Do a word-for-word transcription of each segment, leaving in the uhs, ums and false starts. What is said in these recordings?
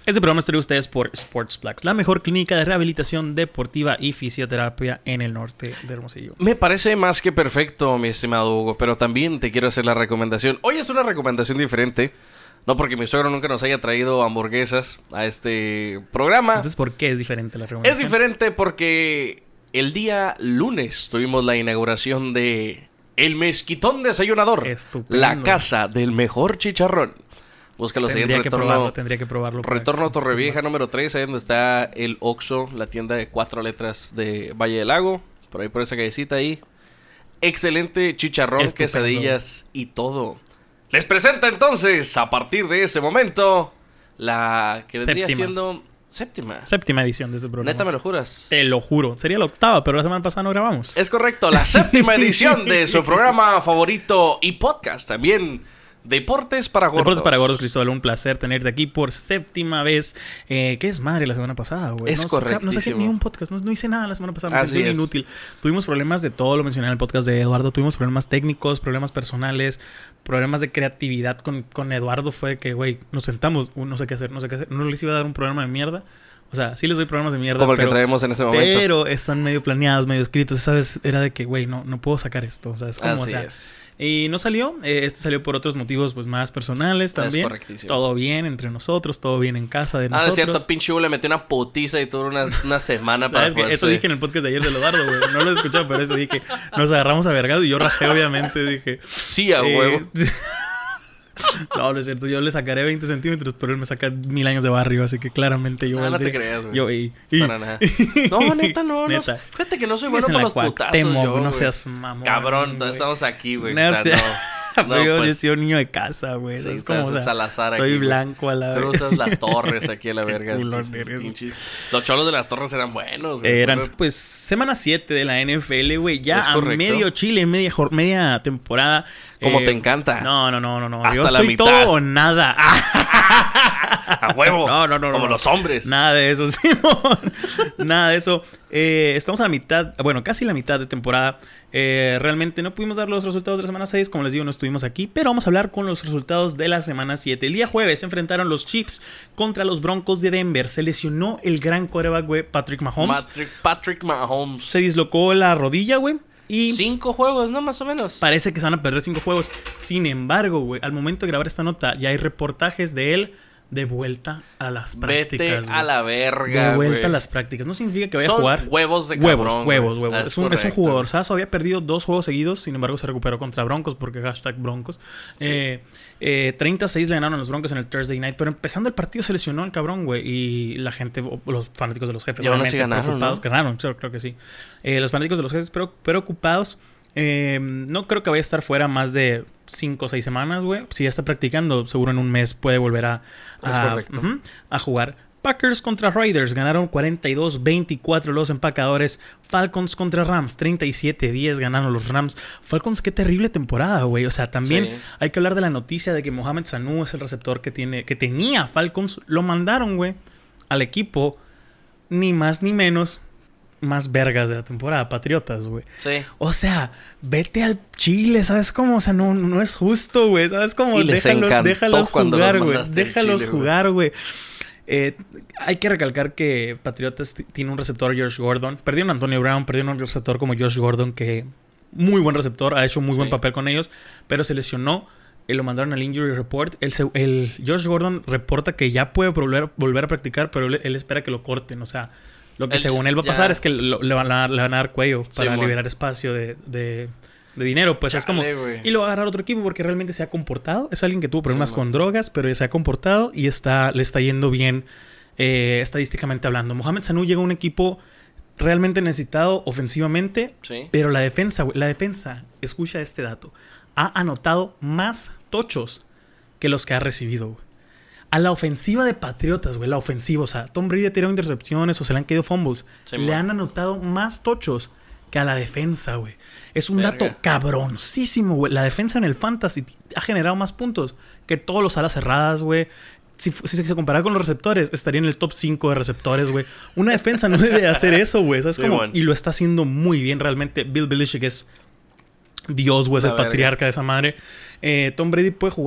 Este programa es traído a ustedes por Sportsplex, la mejor clínica de rehabilitación deportiva y fisioterapia en el norte de Hermosillo. Me parece más que perfecto, mi estimado Hugo, pero también te quiero hacer la recomendación. Hoy es una recomendación diferente, no porque mi suegro nunca nos haya traído hamburguesas a este programa. Entonces, ¿por qué es diferente la recomendación? Es diferente porque el día lunes tuvimos la inauguración de El Mezquitón Desayunador. Estupendo. La casa del mejor chicharrón. Búscalo ahí en Tendría que Retorno, probarlo, tendría que probarlo. para- Retorno Torrevieja número tres, ahí donde está el Oxxo, la tienda de cuatro letras de Valle del Lago. Por ahí, por esa callecita ahí. Excelente chicharrón, Estupendo. quesadillas y todo. Les presenta entonces, a partir de ese momento, la que vendría Séptima. siendo séptima. Séptima edición de ese programa. Neta, me lo juras. Te lo juro. Sería la octava, pero la semana pasada no grabamos. Es correcto, la séptima edición de su programa favorito y podcast también. Deportes para gordos. Deportes para gordos, Cristóbal. Un placer tenerte aquí por séptima vez. Eh, ¿Qué es madre la semana pasada, güey? Es no, saca- correctísimo. No saqué ni un podcast. No, no hice nada la semana pasada. Me Así sentí es. inútil. Tuvimos problemas de todo. Lo mencioné en el podcast de Eduardo. Tuvimos problemas técnicos, problemas personales, problemas de creatividad con, con Eduardo. Fue que, güey, nos sentamos. Uh, no sé qué hacer, no sé qué hacer. No les iba a dar un programa de mierda. O sea, sí les doy programas de mierda. Como el pero, que traemos en este momento. Pero están medio planeados, medio escritos. ¿Sabes? Era de que, güey, no, no puedo sacar esto. O sea, es como, Así o sea... es. Y no salió, eh, este salió por otros motivos pues más personales también. Es correctísimo. Todo bien entre nosotros, todo bien en casa de Ah, nosotros. es cierto, pinche Hugo le metió una putiza y tuvo una, una semana para ¿Sabes qué? poderse- Eso dije en el podcast de ayer de Eduardo, güey. No lo he escuchado, pero eso dije. Nos agarramos a vergado y yo rajé, obviamente, dije. Sí, a eh, huevo. No, no es cierto. Yo le sacaré veinte centímetros, pero él me saca mil años de barrio, así que claramente yo Ah, no valdría- te creas, güey. Yo, y, y- Para nada. No, neta, no. Neta. No, fíjate que no soy Vives bueno en para la los putazos Cuauhtémoc, yo, no güey. seas mamón. Cabrón, güey. estamos aquí, güey. No o sea, sea- no. Pero No, yo, pues, yo he sido niño de casa, güey. sí, ¿Sabes estás cómo? O en sea, Salazar soy aquí, güey. blanco a la vez. Cruzas las torres aquí a la verga. Culón, Pinches- eres. pinches- Los cholos de las torres eran buenos, güey. Eran, pues, semana siete de la N F L, güey. Ya Es a correcto. medio Chile, media, jor- media temporada. Como Eh, te encanta. No, no, no, no, no. Hasta Yo la soy mitad. todo o nada. A huevo. No, no, no, Como no. los hombres. Nada de eso, Simón. Nada de eso. Eh, estamos a la mitad, bueno, casi la mitad de temporada. Eh, realmente no pudimos dar los resultados de la semana seis. Como les digo, no estuvimos aquí. Pero vamos a hablar con los resultados de la semana siete. El día jueves se enfrentaron los Chiefs contra los Broncos de Denver. Se lesionó el gran quarterback, güey, Patrick Mahomes. Patrick, Patrick Mahomes. Se dislocó la rodilla, güey. Y Cinco juegos, ¿no? Más o menos. parece que se van a perder cinco juegos. Sin embargo, güey, al momento de grabar esta nota, ya hay reportajes de él de vuelta a las prácticas. Vete güey. a la verga, De vuelta güey. a las prácticas. No significa que vaya Son a jugar. huevos de Huevos, cabrón, huevos, güey. huevos. Ah, Es un, es un correcto. jugador. ¿Sabes? Había perdido dos juegos seguidos. Sin embargo, se recuperó contra Broncos porque hashtag Broncos. Sí. Eh, eh, treinta a seis le ganaron a los Broncos en el Thursday Night. Pero empezando el partido se lesionó el cabrón, güey. Y la gente, los fanáticos de los Jefes, Y aún así obviamente, ganaron, preocupados. ¿no? Ganaron, creo, creo que sí. Eh, los fanáticos de los Jefes pero, preocupados. Eh, no creo que vaya a estar fuera más de cinco o seis semanas, güey. Si ya está practicando, seguro en un mes puede volver a, Es a, correcto. ujú, a jugar. Packers contra Raiders ganaron cuarenta y dos veinticuatro los empacadores. Falcons contra Rams, treinta y siete diez ganaron los Rams. Falcons, qué terrible temporada, güey. O sea, también Sí. hay que hablar de la noticia de que Mohamed Sanu es el receptor que tiene, que tenía Falcons. Lo mandaron, güey, al equipo ni más ni menos más vergas de la temporada, Patriotas, güey. Sí. O sea, vete al Chile, ¿sabes cómo? O sea, no, no es justo, güey. ¿Sabes cómo? Y les Déjalos, encantó déjalos cuando jugar, los güey. mandaste al Déjalos Chile, güey. jugar, güey. Eh, hay que recalcar que Patriotas t- tiene un receptor, Josh Gordon. Perdieron a Antonio Brown, perdieron a un receptor como Josh Gordon, que muy buen receptor, ha hecho muy buen Sí. papel con ellos, pero se lesionó. Eh, lo mandaron al injury report. El, se- el Josh Gordon reporta que ya puede volver, volver a practicar, pero él, él espera que lo corten. O sea, lo que Él según él va a ya- pasar es que lo- le, van a, le van a dar cuello para Simón. liberar espacio de, de, de dinero. Pues es como... Chale, güey. Y lo va a agarrar otro equipo porque realmente se ha comportado. Es alguien que tuvo problemas Simón. con drogas, pero se ha comportado y está, le está yendo bien eh, estadísticamente hablando. Mohamed Sanu llega a un equipo realmente necesitado ofensivamente, Sí. pero la defensa, güey, la defensa, escucha este dato, ha anotado más tochos que los que ha recibido, güey. A la ofensiva de Patriotas, güey, la ofensiva, o sea, Tom Brady ha tirado intercepciones o se le han caído fumbles. Sí, le man. han anotado más tochos que a la defensa, güey. Es un Verga. dato cabroncísimo, güey. La defensa en el fantasy ha generado más puntos que todos los alas cerradas, güey. Si, fu- si se compara con los receptores, estaría en el top cinco de receptores, güey. Una defensa no debe hacer eso, güey. ¿Sabes Sí, cómo? man. Y lo está haciendo muy bien realmente. Bill Belichick es Dios, güey, es La el verga. patriarca de esa madre. Eh, Tom Brady puede jugar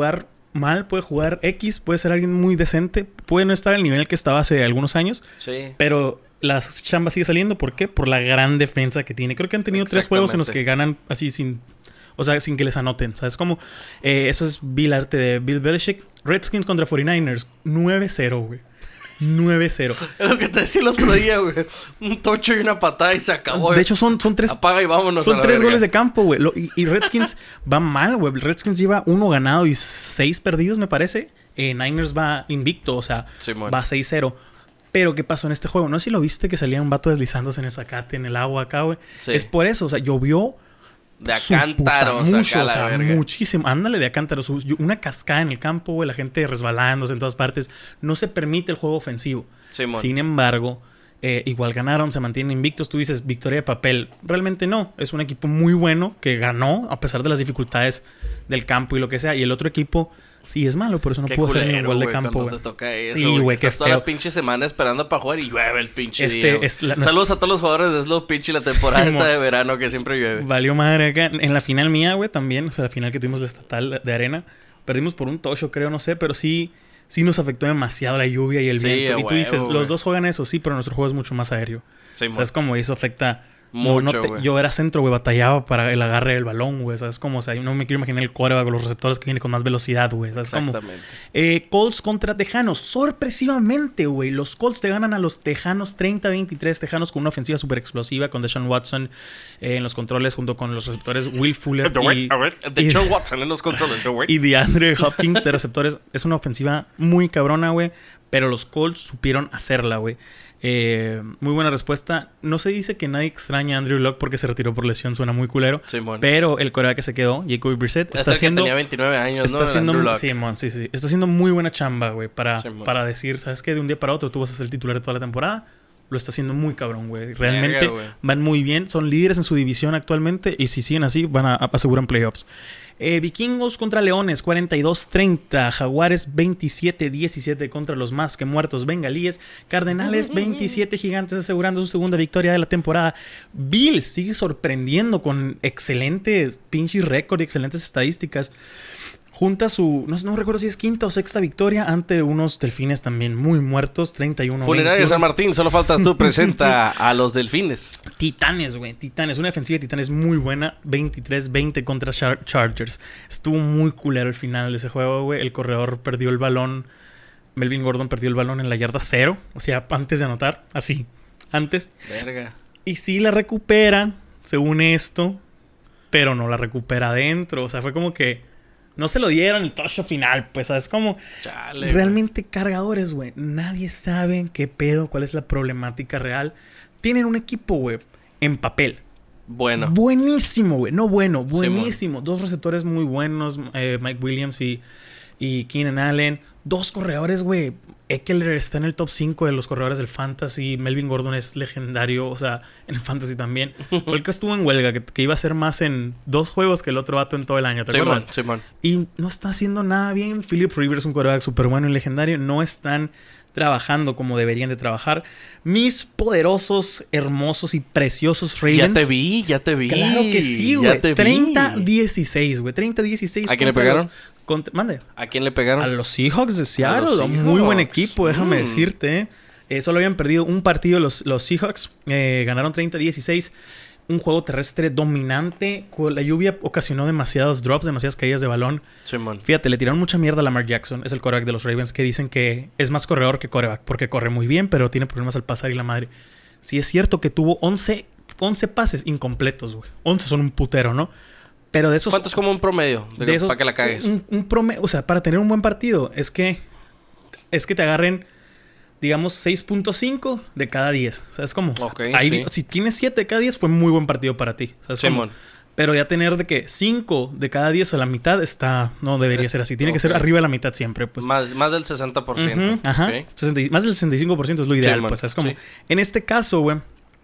mal, puede jugar X, puede ser alguien muy decente, puede no estar al nivel que estaba hace algunos años, sí. pero la chamba sigue saliendo. ¿Por qué? Por la gran defensa que tiene. Creo que han tenido tres juegos en los que ganan así sin... O sea, sin que les anoten. ¿Sabes cómo? Eh, eso es Bill arte de Bill Belichick. Redskins contra cuarenta y nueve ers. nueve cero, güey. nueve cero. Es lo que te decía el otro día, güey. Un tocho y una patada y se acabó. De hecho, son, son tres... Apaga y vámonos Son a la tres verga. goles de campo, güey. Lo- Y, y Redskins va mal, güey. Redskins lleva uno ganado y seis perdidos, me parece. Eh, Niners va invicto, o sea, Simón. va seis cero. Pero, ¿qué pasó en este juego? No sé si lo viste que salía un vato deslizándose en el zacate, en el agua acá, güey. Sí. Es por eso, o sea, llovió... De su acántaros puta, mucho, acá, o la sea, verga. muchísimo. Ándale de acántaros. Una cascada en el campo, güey. La gente resbalándose en todas partes. No se permite el juego ofensivo. Simón. Sin embargo, eh, igual ganaron, se mantienen invictos. Tú dices victoria de papel. Realmente no. Es un equipo muy bueno que ganó a pesar de las dificultades del campo y lo que sea. Y el otro equipo sí es malo, por eso no Qué pudo ser ni culero, un gol de güey, campo, cuando güey. te toca eso, Sí, güey. güey, qué Estás toda la feo. pinche semana esperando para jugar y llueve el pinche Este, día, güey. es la- Saludos a todos los jugadores de Slow Pitch y la temporada Sí, esta mo- de verano que siempre llueve. Valió madre acá. En la final mía, güey, también. O sea, la final que tuvimos de estatal de arena. Perdimos por un tocho, creo, no sé. Pero sí, sí nos afectó demasiado la lluvia y el Sí, viento. a Y tú huevo, dices, güey. los dos juegan eso, sí, pero nuestro juego es mucho más aéreo. Sí, ¿Sabes cómo? Eso afecta... No, Mucho, no te- güey. yo era centro, güey, batallaba para el agarre del balón, güey. ¿Sabes cómo? O sea, yo no me quiero imaginar el quarterback con los receptores que viene con más velocidad, güey. ¿Sabes cómo? Exactamente. Eh, Colts contra Tejanos. Sorpresivamente, güey. Los Colts te ganan a los Tejanos treinta a veintitrés. Tejanos con una ofensiva súper explosiva con Deshaun Watson eh, en los controles junto con los receptores Will Fuller y, A ver, de y- Sean Watson en los controles, güey. y DeAndre Hopkins de receptores. Es una ofensiva muy cabrona, güey. Pero los Colts supieron hacerla, güey. Eh, muy buena respuesta. No se dice que nadie extraña a Andrew Luck porque se retiró por lesión. Suena muy culero. Simón. Pero el coreback que se quedó, Jacoby Brissett, Está está haciendo... tenía veintinueve años, Está ¿no? El haciendo, Andrew Luck. sí, mon, sí, sí. Está haciendo muy buena chamba, güey, para, Sí, mon. para decir, ¿sabes qué? De un día para otro tú vas a ser el titular de toda la temporada. Lo está haciendo muy cabrón, güey. Realmente Verga, güey. van muy bien. Son líderes en su división actualmente y si siguen así van a, a asegurar playoffs. Eh, Vikingos contra Leones, cuarenta y dos treinta. Jaguares, veintisiete diecisiete contra los más que muertos bengalíes. Cardenales, veintisiete Gigantes asegurando su segunda victoria de la temporada. Bills sigue sorprendiendo con excelentes pinches récord y excelentes estadísticas. Junta su, no, no recuerdo si es quinta o sexta victoria ante unos delfines también muy muertos, treinta y uno Funeraria veintiuno. San Martín, solo faltas tú, presenta a los delfines. Titanes, güey, Titanes. Una defensiva de Titanes muy buena, veintitrés veinte contra Char- Chargers. Estuvo muy culero el final de ese juego, güey. El corredor perdió el balón. Melvin Gordon perdió el balón en la yarda cero. O sea, antes de anotar, así, antes. Verga. Y sí la recupera, según esto, pero no la recupera adentro. O sea, fue como que no se lo dieron el touchdown final, pues, ¿sabes? Como Chale, realmente cargadores, güey. Nadie sabe qué pedo, cuál es la problemática real. Tienen un equipo, güey, en papel. Bueno. Buenísimo, güey. No bueno, buenísimo. Dos receptores muy buenos, eh, Mike Williams y, y Keenan Allen. Dos corredores, güey. Eckler está en el top cinco de los corredores del Fantasy. Melvin Gordon es legendario, o sea, en el Fantasy también. Fue el que estuvo en huelga, que, que iba a ser más en dos juegos que el otro vato en todo el año, ¿te Simón, acuerdas? Simón. Y no está haciendo nada bien. Philip Rivers, un quarterback súper bueno y legendario. No están trabajando como deberían de trabajar. Mis poderosos, hermosos y preciosos Ravens. Ya te vi, ya te vi. Claro que sí, Ya güey. te vi. treinta dieciséis, güey. treinta dieciséis. ¿A quién le contra pegaron? los- contra- mande. ¿A quién le pegaron? A los Seahawks de Seattle. los Muy buen Seahawks. equipo, déjame Mm. decirte. eh. Eh, solo habían perdido un partido los, los Seahawks. Eh, ganaron treinta dieciséis. Un juego terrestre dominante. Con la lluvia ocasionó demasiados drops, demasiadas caídas de balón. Simón. Fíjate, le tiraron mucha mierda a Lamar Jackson. Es el quarterback de los Ravens que dicen que es más corredor que quarterback. Porque corre muy bien, pero tiene problemas al pasar y la madre. Sí es cierto que tuvo once, once pases incompletos, güey. once son un putero, ¿no? Pero de esos... ¿Cuánto es como un promedio? De, de esos para que la cagues. Un, un promedio... O sea, para tener un buen partido es que... Es que te agarren... Digamos, seis punto cinco de cada diez. ¿Sabes cómo? O sea, Ok, ahí, sí. si tienes siete de cada diez, fue muy buen partido para ti. ¿Sabes cómo? Simón. Pero ya tener de que cinco de cada diez a la mitad está... No debería Es- ser así. Tiene que ok. ser arriba de la mitad siempre, pues. Más, más del sesenta por ciento. Ujú, ajá. Ok. sesenta y- más del sesenta y cinco por ciento es lo ideal, man, pues. ¿Sabes cómo? sí. En este caso, güey,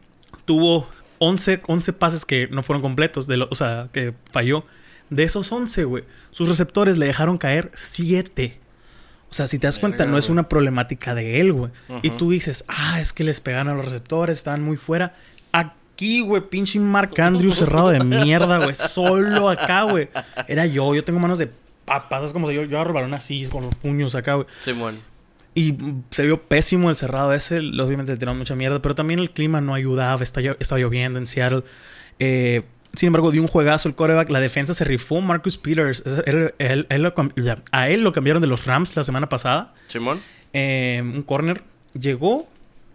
tuvo once, once pases que no fueron completos. De lo, o sea, que falló. De esos once, güey, sus receptores le dejaron caer siete. O sea, si te das Verga, cuenta, no es güey. una problemática de él, güey. Y Ujú. tú dices, ah, es que les pegan a los receptores, estaban muy fuera. Aquí, güey, pinche Mark Andrews cerrado de mierda, güey. Solo acá, güey. Era yo, yo tengo manos de papas. Es como si yo, yo agarro el balón así, con los puños acá, güey. Simón. Y se vio pésimo el cerrado ese. Obviamente le tiraron mucha mierda. Pero también el clima no ayudaba. Está, estaba lloviendo en Seattle. Eh, sin embargo, dio un juegazo el quarterback. La defensa se rifó. Marcus Peters. Él, él, él lo, a él lo cambiaron de los Rams la semana pasada. Simón. Eh, un corner. Llegó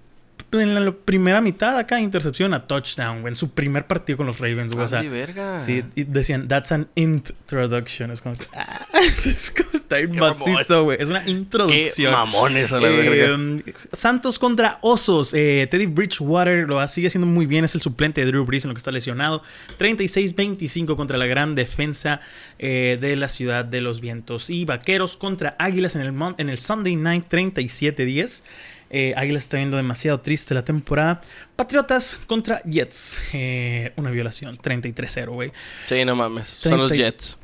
en la primera mitad acá, intercepción a touchdown, güey. En su primer partido con los Ravens, güey. O sea, verga. Sí, y decían, that's an introduction. Es como que, ah, es como está bien macizo, güey. Es una introducción. Qué mamones a la eh, verga. Santos contra Osos. Eh, Teddy Bridgewater lo sigue haciendo muy bien. Es el suplente de Drew Brees en lo que está lesionado. treinta y seis veinticinco contra la gran defensa eh, de la Ciudad de los Vientos. Y Vaqueros contra Águilas en el, Mon- en el Sunday Night, treinta y siete diez. Eh, Águilas está viendo demasiado triste la temporada. Patriotas contra Jets. Eh, una violación. treinta y tres cero, güey. Sí, no mames. treinta Son los Jets.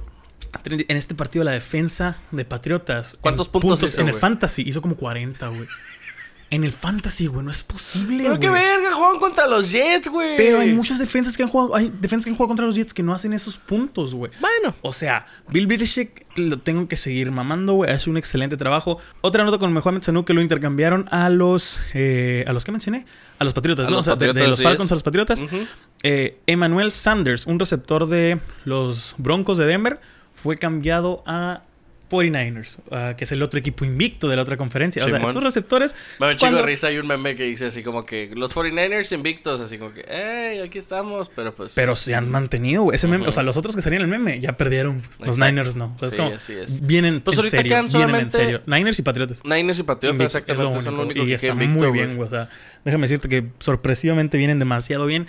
En este partido la defensa de Patriotas... ¿Cuántos puntos, puntos hizo, en wey? el Fantasy hizo como cuarenta, güey. En el Fantasy, güey. No es posible, Pero güey. qué verga, juegan contra los Jets, güey. Pero hay muchas defensas que han jugado... Hay defensas que han jugado contra los Jets que no hacen esos puntos, güey. Bueno. O sea, Bill Belichick lo tengo que seguir mamando, güey. Hace un excelente trabajo. Otra nota con Mohamed Sanu que lo intercambiaron a los... Eh, ¿A los que mencioné? A los Patriotas, a ¿no? Los o sea, Patriotas, de, de los sí Falcons es. a los Patriotas. Uh-huh. eh, Emmanuel Sanders, un receptor de los Broncos de Denver, fue cambiado a cuarenta y nueve ers, uh, que es el otro equipo invicto de la otra conferencia. Simón. O sea, estos receptores... Bueno, cuando... chico de risa, hay un meme que dice así como que los cuarenta y nueve ers invictos, así como que, hey, aquí estamos, pero pues... Pero se han mantenido, güey. Ese meme, uh-huh. o sea, los otros que salían en el meme ya perdieron. Pues, los Exacto. Niners no. O sea, es Sí, como... así es. Vienen Pues en ahorita serio. quedan Vienen en solamente serio. Niners y Patriotas. Niners y Patriotas, Invictos, exactamente, es lo son los único. únicos Y que está quedan muy invictos, bien, güey. O sea, déjame decirte que sorpresivamente vienen demasiado bien.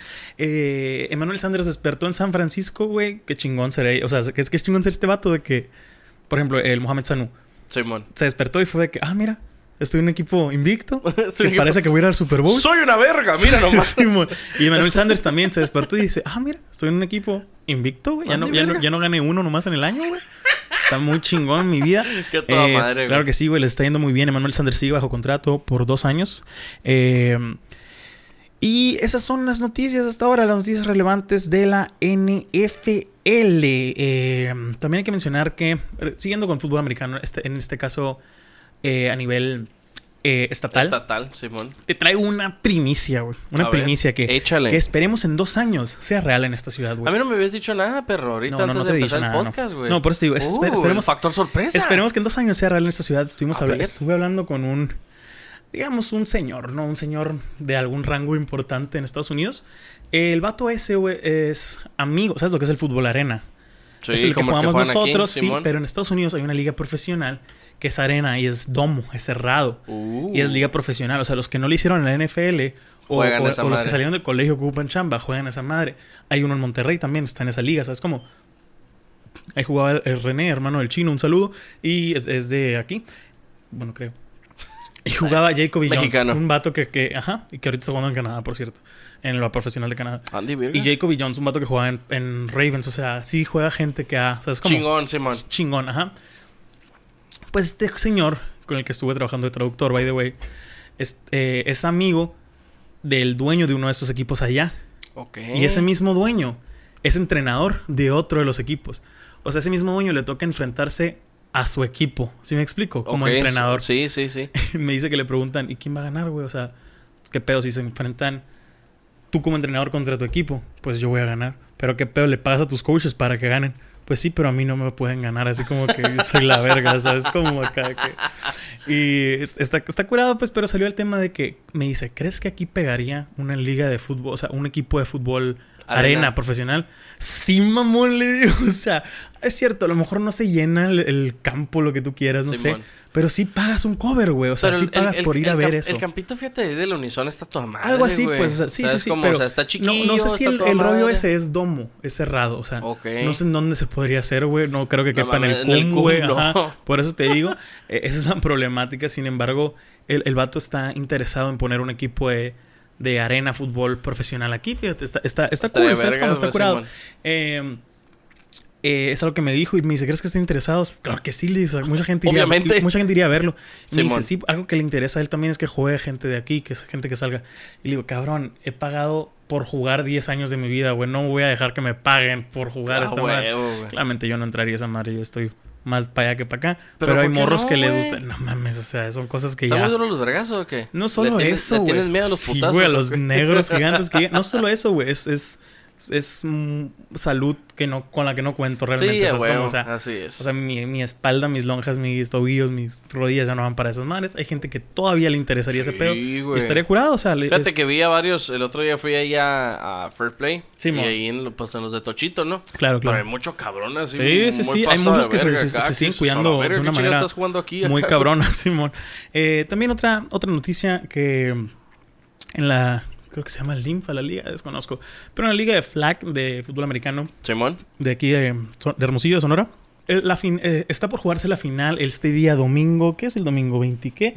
Eh, Emmanuel Sanders despertó en San Francisco, güey. Qué chingón será. O sea, que es que chingón ser este vato de que... Por ejemplo, el Mohamed Sanu. Simón. Se despertó y fue de que... Ah, mira. Estoy en un equipo invicto. que equipo... parece que voy a ir al Super Bowl. ¡Soy una verga! Mira nomás. Y Emmanuel Sanders también se despertó y dice... Ah, mira. Estoy en un equipo invicto, güey. Ya no, ya, no, ya no gané uno nomás en el año, güey. Está muy chingón mi vida. Qué toda eh, madre, claro güey. que sí, güey. Le está yendo muy bien. Emmanuel Sanders sigue bajo contrato por dos años. Eh... Y esas son las noticias hasta ahora, las noticias relevantes de la N F L. Eh, también hay que mencionar que, siguiendo con fútbol americano, este, en este caso eh, a nivel eh, estatal. Estatal, Simón. Te traigo una primicia, güey. Una a primicia ver, que, échale. que esperemos en dos años sea real en esta ciudad, güey. A mí no me habías dicho nada, perro. Ahorita No, no, antes no te de he dicho empezar nada. el podcast, güey. No. no, por eso te digo, es, Uh, esperemos. Factor sorpresa. Esperemos que en dos años sea real en esta ciudad. Estuvimos A habla- ver. estuve hablando con un, digamos, un señor, ¿no? Un señor de algún rango importante en Estados Unidos. El vato ese, güey, es amigo. ¿Sabes lo que es el fútbol arena? Sí, es el que como el que jugamos juegan nosotros, aquí, sí, Simón. pero en Estados Unidos hay una liga profesional que es arena y es domo, es cerrado. Uh. Y es liga profesional. O sea, los que no le hicieron en la N F L o, Juegan o- esa o los madre. que salieron del colegio que ocupan chamba juegan esa madre. Hay uno en Monterrey también, está en esa liga, ¿sabes cómo? Ahí jugaba el, el René, hermano del chino, un saludo. Y es, es de aquí. Bueno, creo. Y jugaba Jacoby Jones, Mexicano. un vato que, que, ajá, y que ahorita está jugando en Canadá, por cierto, en la profesional de Canadá. Andy, verga. Y Jacoby Jones, un vato que jugaba en, en Ravens, o sea, sí juega gente que ha, ¿sabes cómo? Chingón, Simón. Chingón, ajá. Pues este señor con el que estuve trabajando de traductor, by the way, es, eh, es amigo del dueño de uno de esos equipos allá. Ok. Y ese mismo dueño es entrenador de otro de los equipos. O sea, ese mismo dueño le toca enfrentarse a su equipo. ¿Sí me explico? Como Ok, entrenador. Sí, sí, sí. Me dice que le preguntan, ¿y quién va a ganar, güey? O sea, ¿qué pedo si se enfrentan tú como entrenador contra tu equipo? Pues yo voy a ganar. ¿Pero qué pedo le pagas a tus coaches para que ganen? Pues sí, pero a mí no me pueden ganar. Así como que yo soy la verga, ¿sabes? Como acá que... Y está, está curado, pues, pero salió el tema de que me dice, ¿crees que aquí pegaría una liga de fútbol? O sea, un equipo de fútbol arena, arena profesional. Sí, mamón, le digo. O sea, es cierto, a lo mejor no se llena el, el campo, lo que tú quieras, no Simón. sé. Pero sí pagas un cover, güey. O sea, Pero sí el- pagas el- por ir el a ver camp- eso. El campito, fíjate, del Unison está toda madre, Algo así, güey. pues, o sea, sí, O sea, sí, es sí, como, pero o sea, está chiquillo, no, no sé si está el, toda el rollo madre. ese es domo, es cerrado, o sea, Ok. no sé en dónde se podría hacer, güey, no creo que No quepa en mames, el en el cum, güey, cum, no. ajá, por eso te digo, eh, esa es la problemática, sin embargo, el, el vato está interesado en poner un equipo de, de arena fútbol profesional aquí, fíjate, está, está, está Estaría cool, ¿sabes verga, cómo está güey, curado? Simón. Eh, eh, es algo que me dijo y me dice, ¿crees que están interesados? Claro que sí, le dice, mucha gente iría, Obviamente. mucha gente iría a verlo. Y me Simón. dice, sí, algo que le interesa a él también es que juegue gente de aquí, que es gente que salga. Y le digo, cabrón, he pagado por jugar diez años de mi vida, güey. No voy a dejar que me paguen por jugar Ah, esta huevo, madre. güey. Claramente yo no entraría a esa madre. Yo estoy más para allá que para acá. Pero, Pero hay ¿por qué morros no, que les güey? gusta. No mames, o sea, son cosas que ¿Están ya. muy duros los vergazos o qué? No solo ¿Le tienes- eso, le güey. tienes miedo a los Sí, putazos? güey, a o los qué? negros gigantes que llegan. No solo eso, güey. Es, es, es mm, salud que no, con la que no cuento realmente. Sí, o sea, a es como, huevo, o sea, así es. o sea mi, mi espalda, mis lonjas, mis tobillos, mis rodillas ya no van para esas madres. Hay gente que todavía le interesaría ese Sí, pedo. güey. Y estaría curado, o sea. le- Fíjate es- que vi a varios, el otro día fui ahí a, a Fair Play. Sí, y mo. ahí en, lo- pues, en los de Tochito, ¿no? Claro, Pero hay claro. mucho cabrón así. Sí, sí, muy sí. Hay pasado muchos de que se, verga se- acá, se siguen que, cuidando a la verga, de una ¿qué chingados manera estás jugando aquí muy acá, cabrona, Simón. Eh, también otra, otra noticia que en la... Creo que se llama Linfa, la liga, desconozco. Pero en la liga de flag de fútbol americano, Simón. de aquí de, de Hermosillo, de Sonora, el- la fin- eh, está por jugarse la final este día domingo. ¿Qué es el domingo? ¿veinte qué?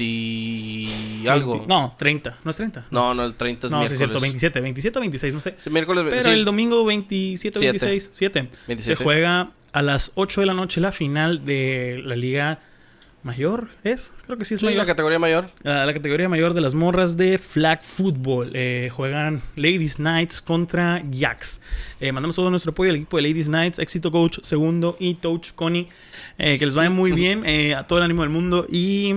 veinte algo. veinte no, treinta. ¿No es treinta? No, no, el treinta es No, sí miércoles. es cierto, veintisiete. veintisiete o veintiséis, no sé. Sí, miércoles. Pero sí. el domingo veintisiete o Siete. veintiséis, siete, se veintisiete. juega a las ocho de la noche la final de la liga mayor, ¿es? Creo que sí es Sí, mayor. la categoría mayor. La, la categoría mayor de las morras de flag football. Eh, juegan Ladies Knights contra Jacks. Eh, mandamos todo nuestro apoyo al equipo de Ladies Knights, Éxito Coach segundo y Coach Connie. Eh, que les vaya muy bien, eh, a todo el ánimo del mundo. Y...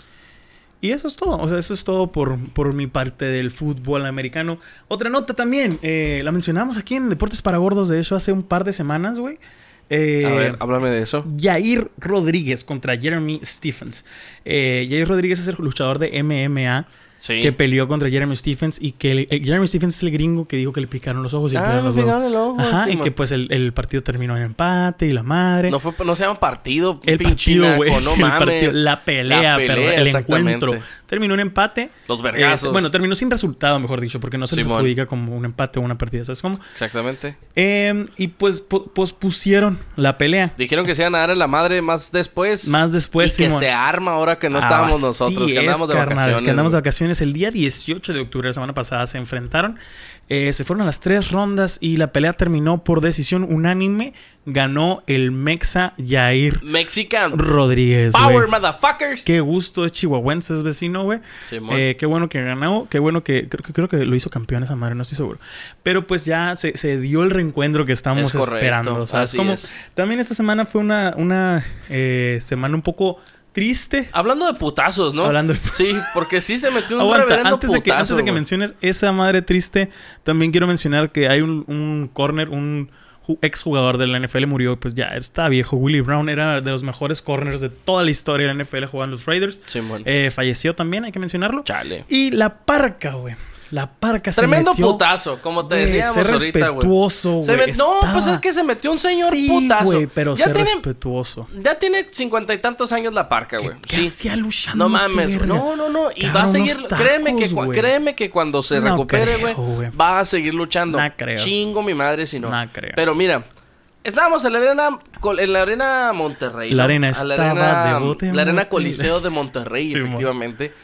Y eso es todo, o sea, eso es todo por, por mi parte del fútbol americano. Otra nota también, eh, la mencionamos aquí en Deportes para Gordos, de hecho, hace un par de semanas, güey. Eh, A ver, háblame de eso. Yair Rodríguez contra Jeremy Stephens. Eh, Yair Rodríguez es el luchador de M M A Sí. que peleó contra Jeremy Stephens y que le- eh, Jeremy Stephens es el gringo que dijo que le picaron los ojos y le Ah, picaron me los huevos. picaron el ojo, Ajá, sí, y man. que pues el, el partido terminó en empate y la madre. No, fue, no se llama partido, el pinche partido, güey. naco, no el mames. partido, la pelea, La pelea, pero el exactamente. encuentro. Terminó en empate. Los vergazos. Eh, bueno, terminó sin resultado, mejor dicho, porque no se les Simón. adjudica como un empate o una partida, ¿sabes cómo? Exactamente. Eh, y pues po- pospusieron la pelea. Dijeron que se iban a dar en la madre más después. Más después, y que Simón. se arma ahora que no Ah, estábamos así nosotros, que es, andamos de carnal, vacaciones. que andamos de güey. vacaciones. El día dieciocho de octubre, la semana pasada, se enfrentaron. Eh, se fueron a las tres rondas y la pelea terminó por decisión unánime. Ganó el Mexa Yair Mexican Rodríguez. Power, güey. motherfuckers. Qué gusto, es chihuahuense, es vecino, güey. Simón. Eh, qué bueno que ganó, qué bueno que creo, que... creo que lo hizo campeón esa madre, no estoy seguro. Pero pues ya se, se dio el reencuentro que estamos Es correcto, esperando. ¿Sabes así cómo? es. También esta semana fue una, una eh, semana un poco triste. Hablando de putazos, ¿no? Hablando de- Sí, porque sí se metió un Aguanta, reverendo antes de que, putazo, antes de que güey. menciones esa madre triste, también quiero mencionar que hay un, un corner, un ju- exjugador de la N F L murió, pues ya está viejo. Willie Brown era de los mejores corners de toda la historia de la N F L jugando los Raiders. Simón. Eh, falleció también, hay que mencionarlo. Chale. Y la parca, güey. La parca Tremendo se metió... putazo, como te Güey, decíamos ser ahorita, güey. respetuoso, Se güey. me- No, estaba- pues es que se metió un señor sí, putazo. güey, pero ya ser tiene, respetuoso. ya tiene cincuenta y tantos años la parca, ¿Qué, güey. qué Sí. hacía luchando? No mames, güey. No, no, no. Y va a Cabrón, seguir. unos créeme, que, tacos, cua- güey. créeme que cuando se No recupere, creo, güey, güey. va a seguir luchando. No creo. Chingo mi madre si no. No creo. Pero mira, estábamos en la arena, col- en la arena Monterrey. La ¿no? arena A estaba la arena, de bote, La arena bote. Coliseo de Monterrey, Sí, mon. efectivamente.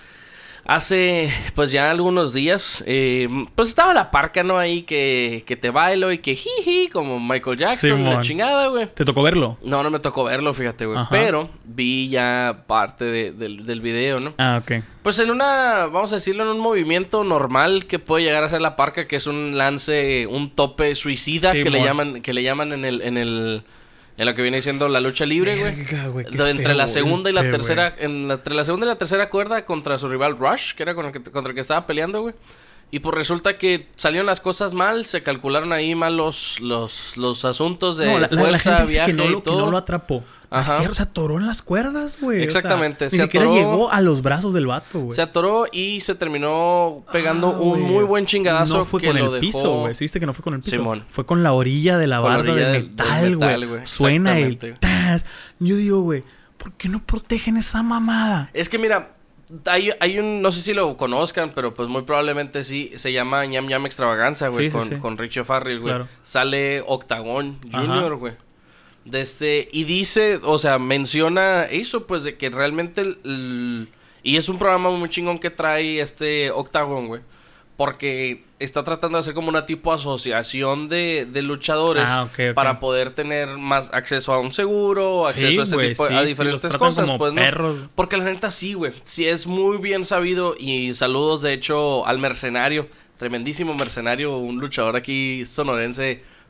Hace, pues ya algunos días, eh, pues estaba la parca, ¿no? Ahí que, que te bailo y que jiji, como Michael Jackson, Simón. la chingada, güey. ¿Te tocó verlo? No, no me tocó verlo, fíjate, güey. Ajá. Pero vi ya parte de- del, del video, ¿no? Ah, ok. Pues en una, vamos a decirlo, en un movimiento normal que puede llegar a ser la parca, que es un lance, un tope suicida Sí, que le mon. llaman, que le llaman en el, en el, en lo que viene siendo la lucha libre, güey. Verga, güey, qué De- entre feo la segunda y la golpe, tercera, en la- entre la segunda y la tercera cuerda contra su rival Rush, que era con el que, contra el que estaba peleando, güey. Y pues resulta que salieron las cosas mal, se calcularon ahí mal los, los, los asuntos de No, la, la- fuerza, la gente dice viaje que no, y lo, que todo. no lo atrapó. Ajá. Así, se atoró en las cuerdas, güey. Exactamente, O sea, se ni siquiera atoró. llegó a los brazos del vato, güey. Se atoró y se terminó pegando Ah, un güey. muy buen chingadazo No fue que con lo el dejó... piso, güey. ¿Sí viste que no fue con el piso? Simón. Fue con la orilla de la Con la barra orilla de del- del metal, metal, güey. güey. Suena el Exactamente. tas. Yo digo, güey, ¿por qué no protegen esa mamada? Es que mira, hay, hay un, no sé si lo conozcan, pero pues muy probablemente sí, se llama Ñam Ñam Extravaganza, güey, Sí, sí, con, sí. con Richie Farrell, güey. Claro. Sale Octagon Ajá. Junior, güey. De este, y dice, o sea, menciona eso, pues, de que realmente el, el- y es un programa muy chingón que trae este Octagon, güey. Porque está tratando de hacer como una tipo asociación de, de luchadores Ah, ok, ok. para poder tener más acceso a un seguro, acceso Sí, a ese güey, tipo sí, a sí, diferentes los tratan cosas, como pues, ¿no? perros. Porque la neta sí, güey. Sí es muy bien sabido. Y saludos, de hecho, al mercenario. Tremendísimo mercenario. Un luchador aquí sonorense.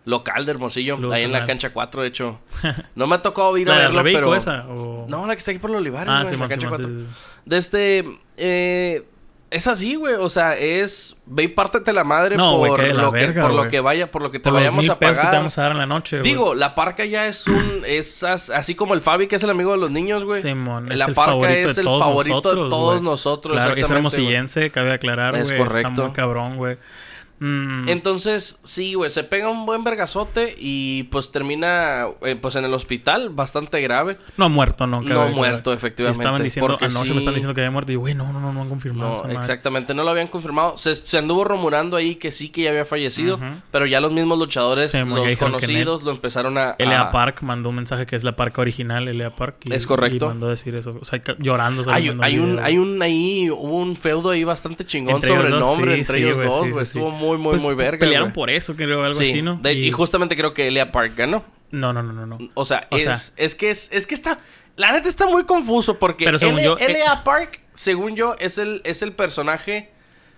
local de Hermosillo. Saludos, ahí en la carnal. cancha cuatro, de hecho. No me ha tocado ir ¿La a de verlo, Rebeco pero... esa? O... No, la que está aquí por los Olivares, Ah, güey, sí, en la man, cancha sí, man, cuatro. sí, sí. De este... Eh, es así, güey. O sea, es... Ve y pártete la madre No, güey, por, que de la lo, que, verga, por lo güey. que vaya... Por lo que te Por los vayamos mil a pesos pagar. que te vamos a dar en la noche, güey. Digo, la Parca ya es un... Es as- así como el Fabi, que es el amigo de los niños, güey. Simón, es La el Parca favorito es de el todos favorito nosotros, de todos güey. nosotros. Claro, es exactamente, güey. hermosillense, cabe aclarar, Es güey. Está correcto. muy cabrón, güey. Mm, Entonces, sí, güey, se pega un buen vergazote y pues termina eh, pues en el hospital, bastante grave. no ha muerto, no. cabe No ha aclarar. muerto, efectivamente. Sí, estaban diciendo, porque anoche sí- me están diciendo que había muerto. Y yo, güey, no, no, no, no han confirmado No, esa madre. exactamente, no lo habían confirmado. Se, se anduvo rumorando ahí que sí, que ya había fallecido, Ujú. pero ya los mismos luchadores, Sí, mo, ya los dijeron que conocidos, lo empezaron a... L A a- Park mandó un mensaje que es la parca original, L A Park. Y, Es correcto. Y mandó a decir eso. O sea, ca- llorando. se Hay, les mandó hay el un, video. hay un ahí, hubo un feudo ahí bastante chingón Entre sobre ellos el dos, nombre, sí, entre sí, ellos güey, dos, sí, güey. sí, sí. Estuvo muy, muy, Pues, muy verga, pelearon güey. por eso, creo, algo Sí, así, ¿no? de- y... justamente creo que Elia Park ganó. No, no, no, no, no. O sea, O es, sea- es que es, es que está... La neta está muy confuso porque Pero según L- yo, eh, L A Park, según yo, es el, es el personaje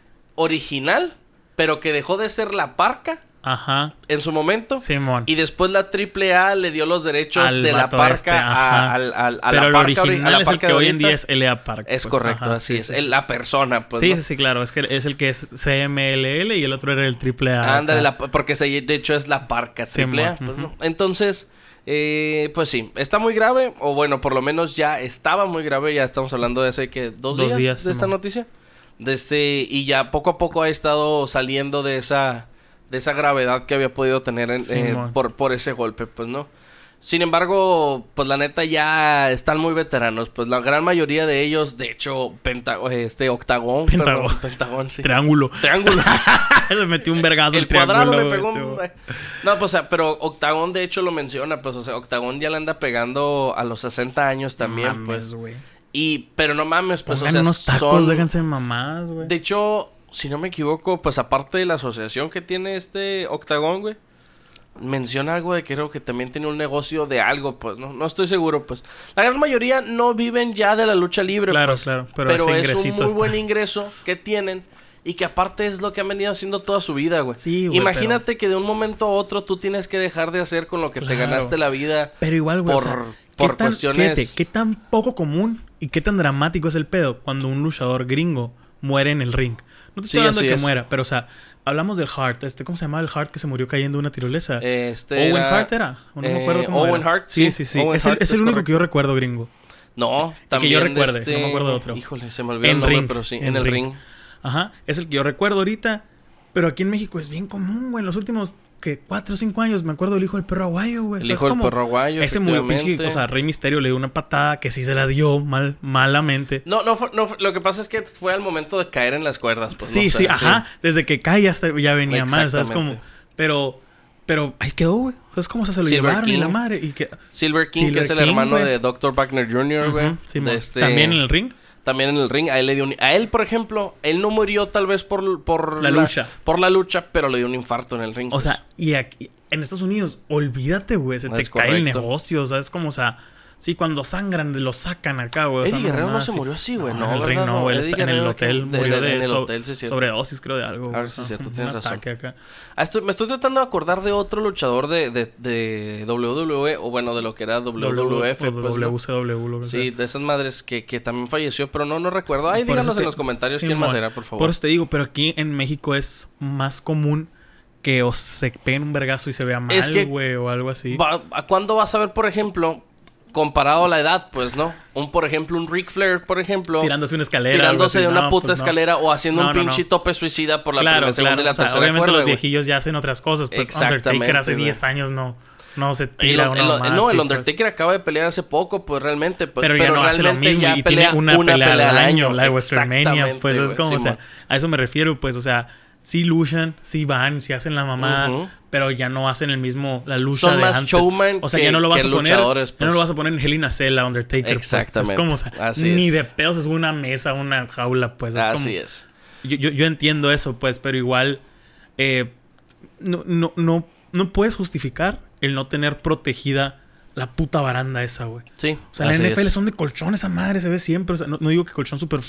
original, pero que dejó de ser la Parca Ajá. en su momento. Simón. Y después la triple A le dio los derechos Al de la vato Parca este, a, ajá. al- al- a Pero la el Parca ori- a original la es el Parca que de hoy en ahorita. día es L A Park. Es pues, correcto, ajá, así sí, es. sí, El- sí, la sí. persona, pues. Sí, ¿no? sí, sí, claro. Es que es el que es C M L L y el otro era el triple A. Ándale, acá. la- porque se- de hecho es la Parca Sí, triple A, mo, pues, ujú. ¿no? Entonces, eh, pues sí, está muy grave, o bueno, por lo menos ya estaba muy grave, ya estamos hablando de hace que dos, Dos días, días, de esta mo. noticia. De este, y ya poco a poco ha estado saliendo de esa, de esa gravedad que había podido tener en- Sí, eh, mo. por, por ese golpe, pues no. Sin embargo, pues la neta ya están muy veteranos, pues la gran mayoría de ellos, de hecho, penta, este octagón, Pentagón. perdón, pentagón, sí. Triángulo. Triángulo. Le metió un vergazo El el triángulo. cuadrado me güey, pegó sí, un... güey. No, pues, o sea, pero Octagón de hecho lo menciona, pues, o sea, Octagón ya le anda pegando a los sesenta años también, Mames, pues. güey. Y, pero no mames, pues, Pongan o sea, unos tacos, son... déjense de mamadas, güey. De hecho, si no me equivoco, pues, aparte de la asociación que tiene este Octagón, güey, menciona algo de que creo que también tiene un negocio de algo, pues, no, no estoy seguro, pues. La gran mayoría no viven ya de la lucha libre, Claro, pues, claro, pero pero, ese es un ingresito muy está. buen ingreso que tienen y que aparte es lo que han venido haciendo toda su vida, güey. Sí, güey, Imagínate que de un momento a otro tú tienes que dejar de hacer con lo que te Claro. ganaste la vida. Pero igual, güey, por, o sea, por ¿qué tan, cuestiones... fíjate, qué tan poco común y qué tan dramático es el pedo cuando un luchador gringo muere en el ring. No te estoy Sí, hablando de así que es. muera, pero o sea, hablamos del Hart, este, ¿cómo se llamaba el Hart que se murió cayendo de una tirolesa? Este Owen era- Hart era, no me eh, acuerdo cómo Owen era. Hart, sí, sí, sí, sí. Owen es el, Hart, es el es único correcto. que yo recuerdo gringo. No, que también yo recuerde, de este... no me acuerdo de otro. Híjole, se me olvidó el En nombre, ring, pero sí, en, en el ring. ring. Ajá, es el que yo recuerdo ahorita. Pero aquí en México es bien común, güey. En los últimos, que cuatro o cinco años me acuerdo del hijo del perro aguayo, güey. El O sea, hijo es del como perro aguayo, ese murió pinche, efectivamente. o sea, Rey Misterio le dio una patada que sí se la dio mal, malamente. No, no, fue- no, fue- lo que pasa es que fue al momento de caer en las cuerdas, pues, sí, ¿no? O sí, sea, ajá. Desde que cae ya, hasta- ya venía mal, ¿sabes? Como, Exactamente. pero, pero ahí quedó, güey. O sea, es como se, se lo Silver llevaron y King. la madre. Y que, Silver King, Silver que es el King, hermano güey. de doctor Wagner junior, güey. Ujú, sí, De mo. este- También en el ring. También en el ring, a él le dio un... A él, por ejemplo, él no murió tal vez por... por La lucha. Por la lucha, pero le dio un infarto en el ring. O pues. sea, y aquí, en Estados Unidos, olvídate, güey. Se te Es cae el correcto. negocio, ¿sabes? Como, o sea, sí, cuando sangran, lo sacan acá, güey. o sea, Eddie Guerrero no nomás, se sí. murió así, güey, No, no, en el ring ¿verdad? no, No, él Eddie está en el Guerrero hotel, que- murió de- de, en el so- hotel, sí, es cierto. sobredosis, creo, de algo. A ver si es cierto, Un tienes razón. ataque acá. Ah, estoy- me estoy tratando de acordar de otro luchador de, de, de W W E, o bueno, de lo que era W W F. o pues, ¿no? W C W, lo que Sí, sea. de esas madres que, que también falleció, pero no, no recuerdo. Ay, Por díganos eso en te- los comentarios sí, quién más mon. era, por favor. Por eso te digo, pero aquí en México es más común que o se peguen un vergazo y se vea mal, Es que- güey, o algo así. Va- ¿a ¿Cuándo vas a ver, por ejemplo, comparado a la edad, pues, no? Un, por ejemplo, un Ric Flair, por ejemplo... Tirándose una escalera. algo Tirándose así. de una No, puta pues no. escalera o haciendo No, un no, pinche no. tope suicida por la Claro, primera, segunda claro. y la O sea, tercera obviamente cuerda, los güey. viejillos ya hacen otras cosas. Pues Exactamente, Undertaker hace güey. diez años no, no se El- tira el- una el- mamá no, así, el pues. Undertaker acaba de pelear hace poco, pues realmente. Pues, Pero, ya no hace lo realmente mismo ya y pelea tiene una, pelea, al año, la de WrestleMania, Exactamente, pues es güey, como, o sea, Simón. a eso me refiero, pues, o sea, sí luchan, sí van, sí hacen la mamada, Ujú. pero ya no hacen el mismo, la lucha Son de más antes. showman O sea, que- ya no lo vas que a poner, luchadores, ya no pues. lo vas a poner en Hell in a Cell a Undertaker, pues, Exactamente. es como, o sea, Así ni es. de pedos es una mesa, una jaula, pues, es Así como, es. yo, yo, yo entiendo eso, pues, pero igual eh, no, no, no, no puedes justificar el no tener protegida la puta baranda esa, güey. Sí. O sea, en la así N F L es. son de colchón, esa madre se ve siempre. O sea, no, no digo que colchón súper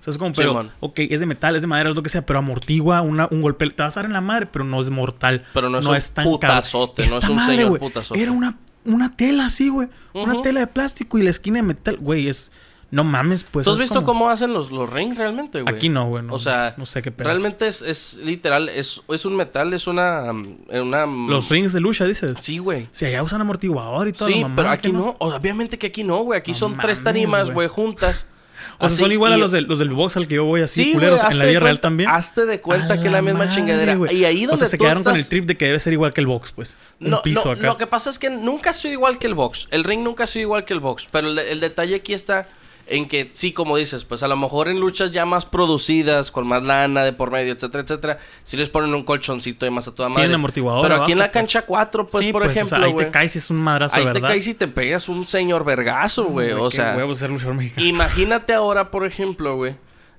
O sea, es como, pero, Sí, man. ok, es de metal, es de madera, es lo que sea, pero amortigua una, un golpe. Te vas a dar en la madre, pero no es mortal. Pero no es un tan putazote, cabrón. no es Esta un madre, señor güey, putazote. era una, una tela así, güey. Una Ujú. tela de plástico y la esquina de metal. Güey, es... No mames, pues. ¿Tú has es visto como... cómo hacen los, los rings realmente, güey? Aquí no, güey. No, o sea, no sé qué pedo. realmente es, es literal, es, es un metal, es una... una Los rings de lucha, dices. Sí, güey. Si allá usan amortiguador y todo. Sí, la mamá, pero aquí ¿qué no? Obviamente que aquí no, güey. Aquí No son tres mames, tarimas, güey. güey, juntas. O sea, Así, son igual a y- los, del- los del box al que yo voy así, Sí, güey, culeros. En hazte la de vida real cuenta- también. Hazte de cuenta A que es la misma madre, chingadera. güey. Y ahí donde O sea, se tú quedaron con el estás- trip de que debe ser igual que el box, pues. Un No, piso no, acá. lo que pasa es que nunca ha sido igual que el box. El ring nunca ha sido igual que el box. Pero el, el detalle aquí está en que, sí, como dices, pues a lo mejor en luchas ya más producidas, con más lana de por medio, etcétera, etcétera, si les ponen un colchoncito y más a toda madre. Tienen amortiguador Pero aquí en la abajo, pues. cancha cuatro, pues, Sí, por pues, o sea, ejemplo, ahí güey. te caes y es un madrazo, Ahí ¿verdad? te caes y te pegas un señor vergazo, güey. O qué sea, huevos ser luchador mexicano. imagínate ahora, por ejemplo, güey.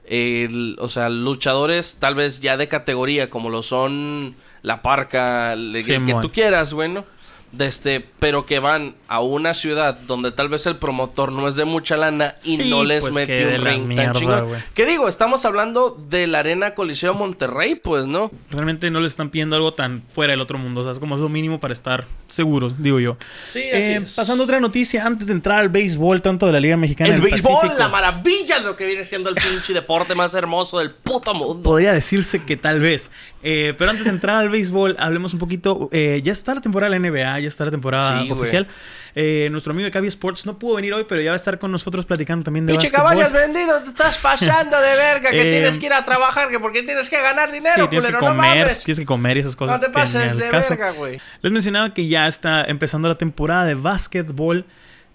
el- o sea, luchadores tal vez ya de categoría, como lo son La Parca, el, el que Simón. tú quieras, bueno. De este, pero que van a una ciudad donde tal vez el promotor no es de mucha lana y Sí, no les pues, que mete de un la ring mierda, tan chingón. güey. Que digo, estamos hablando de la Arena Coliseo Monterrey, pues, ¿no? Realmente no le están pidiendo algo tan fuera del otro mundo. O sea, es como es lo mínimo para estar seguros, digo yo. Sí, Eh, pasando a otra noticia, antes de entrar al béisbol, tanto de la Liga Mexicana El del béisbol, Pacífico, la maravilla de lo que viene siendo el pinche deporte más hermoso del puto mundo. podría decirse que tal vez. Eh, pero antes de entrar al béisbol, hablemos un poquito. Eh, ya está la temporada de la N B A, ya está la temporada Sí, güey. oficial. Eh, nuestro amigo de Cavi Sports no pudo venir hoy, pero ya va a estar con nosotros platicando también de Pinche básquetbol. caballos vendido, te estás pasando de verga, que Eh, tienes que ir a trabajar, que porque tienes que ganar Sí, dinero, tienes culero, que no comer, mames. tienes que comer y esas cosas. No te que ni pases al de caso. verga, güey. Les mencionaba que ya está empezando la temporada de básquetbol.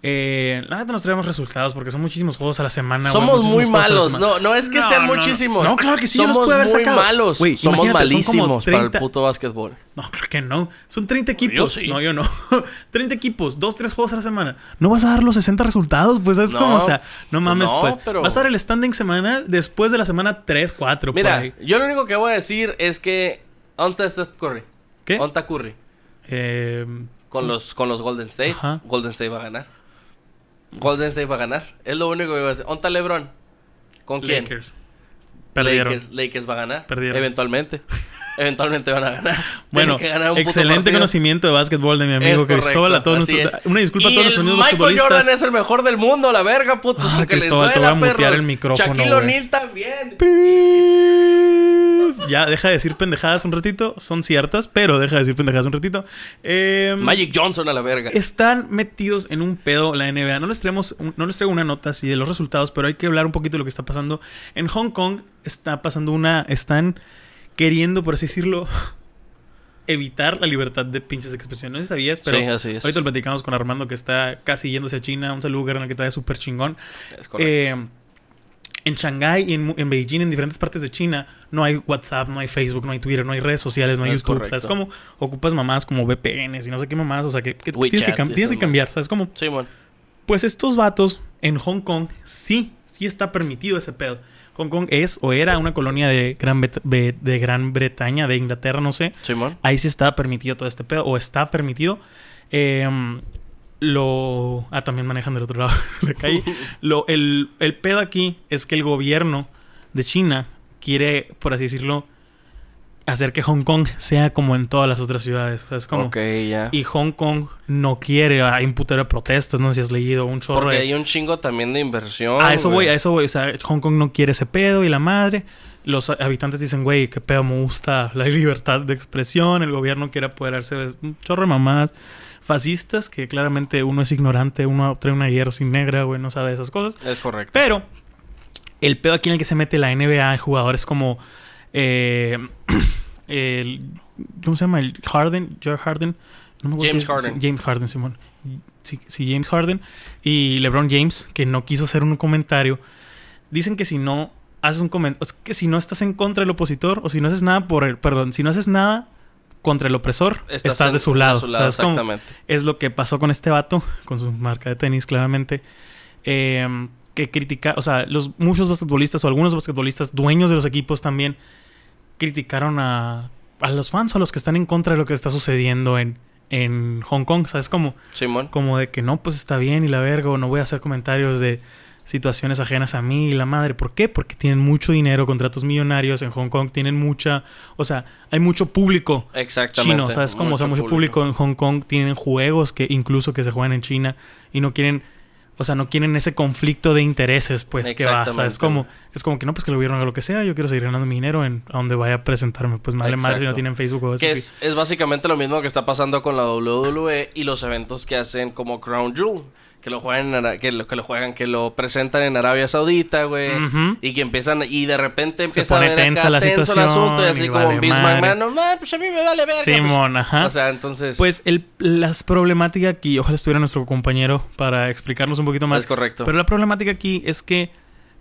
Eh, la neta nos traemos resultados porque son muchísimos juegos a la semana. güey, Somos muy muchísimos juegos a la malos. semana. No, no es que No, sean no, no. muchísimos. No, claro que sí, yo Somos los pude haber muy sacado. malos. Güey, Somos imagínate, son como malísimos para treinta el puto básquetbol. No, claro que no. Son treinta Yo equipos. sí. No, yo no. treinta equipos, dos, tres juegos a la semana. No vas a dar los sesenta resultados, pues es No, como, o sea, no mames, no, pues. pero- Vas a dar el standing semanal después de la semana tres, cuatro, por Mira, ahí. yo lo único que voy a decir es que... ¿Dónde está Steph Curry? ¿Qué? ¿Dónde está Curry? Eh, Con los, con los Golden State. Ajá. Golden State va a ganar. Golden State va a ganar. Es lo único que voy a decir. ¿Dónde está LeBron? ¿Con quién? Lakers. Perdieron. Lakers, Lakers va a ganar. Perdieron. Eventualmente. Eventualmente van a ganar. Bueno, Tienen que ganar un puto excelente partido. conocimiento de básquetbol de mi amigo Es Cristóbal. A correcto, todos así nuestros- es. una disculpa a Y todos nuestros el amigos Michael basquetbolistas. Jordan es el mejor del mundo, la verga, puto. Ah, aunque les Cristóbal, te duela, voy a mutear perros. el micrófono, Shaquille güey. O'Neal también. Ya, deja de decir pendejadas un ratito. Son ciertas, pero deja de decir pendejadas un ratito. Eh, Magic Johnson a la verga. Están metidos en un pedo la N B A. No les, traemos, no les traigo una nota así de los resultados, pero hay que hablar un poquito de lo que está pasando. En Hong Kong está pasando una... Están queriendo, por así decirlo, evitar la libertad de pinches expresión. No sé si sabías, pero Sí, así es. ahorita lo platicamos con Armando, que está casi yéndose a China. Un saludo, carnal, que está súper chingón. Es correcto. Eh, en Shanghái y en, en Beijing, en diferentes partes de China, no hay WhatsApp, no hay Facebook, no hay Twitter, no hay redes sociales, no hay Es YouTube. correcto. ¿Sabes cómo? Ocupas mamás como V P Ns y no sé qué mamás. O sea, que, que WeChat, tienes que, cam- y tienes esas que cambiar. ¿Sabes cómo? Sí, mon. Pues estos vatos en Hong Kong sí, sí está permitido ese pedo. Hong Kong es o era una colonia de Gran, Bet- Be- de Gran Bretaña, de Inglaterra, no sé. Sí, mon. Ahí sí está permitido todo este pedo, o está permitido. Eh, lo... Ah, también manejan del otro lado de la calle. Lo, el, el pedo aquí es que el gobierno de China quiere, por así decirlo, hacer que Hong Kong sea como en todas las otras ciudades. O sea, es como... Ok, ya. Y Hong Kong no quiere, hay un putero de protestas, no sé si has leído un chorro Porque de... hay un chingo también de inversión. A eso voy, güey. a eso voy. O sea, Hong Kong no quiere ese pedo y la madre. Los habitantes dicen, güey, qué pedo, me gusta la libertad de expresión. El gobierno quiere apoderarse de un chorro de mamás fascistas, que claramente uno es ignorante, uno trae una jersey negra, güey, no sabe esas cosas. Es correcto. Pero el pedo aquí en el que se mete la N B A, jugadores como... Eh, el, ¿cómo se llama? El Harden, Jared Harden. No me acuerdo James si- Harden. si- James Harden, Simón. Sí, sí, James Harden. Y LeBron James, que no quiso hacer un comentario. Dicen que si no haces un comentario... Es que si no estás en contra del opositor, o si no haces nada por el... Perdón, si no haces nada contra el opresor, estás, en- de su lado. De su lado, ¿Sabes cómo? exactamente. Es lo que pasó con este vato, con su marca de tenis, claramente. Eh, que critica, o sea, los muchos basquetbolistas o algunos basquetbolistas, dueños de los equipos también, criticaron a, a los fans o a los que están en contra de lo que está sucediendo en, en Hong Kong. ¿Sabes? Como, Simón. como de que no, pues está bien y la verga, o no voy a hacer comentarios de situaciones ajenas a mí y la madre. ¿Por qué? Porque tienen mucho dinero, contratos millonarios en Hong Kong, tienen mucha... O sea, hay mucho público chino, ¿sabes cómo? O sea, mucho público. público en Hong Kong, tienen juegos que incluso que se juegan en China y no quieren... O sea, no quieren ese conflicto de intereses, pues, que va, ¿sabes? Es como, es como que no, pues que el gobierno haga lo que sea, yo quiero seguir ganando mi dinero en a donde vaya a presentarme. Pues me vale madre si no tienen Facebook o eso. Que es, es básicamente lo mismo que está pasando con la W W E y los eventos que hacen como Crown Jewel. Que lo juegan, en Ara- que lo que lo juegan, que lo presentan en Arabia Saudita, güey. Uh-huh. Y que empiezan, y de repente empieza a ver tensa acá la tenso situación, el asunto. Y así y como vale Vince madre. McMahon, no, man, pues a mí me vale verga. Simón, pues. ajá. O sea, entonces... Pues el, las problemáticas aquí, ojalá estuviera nuestro compañero para explicarnos un poquito más. Es correcto. Pero la problemática aquí es que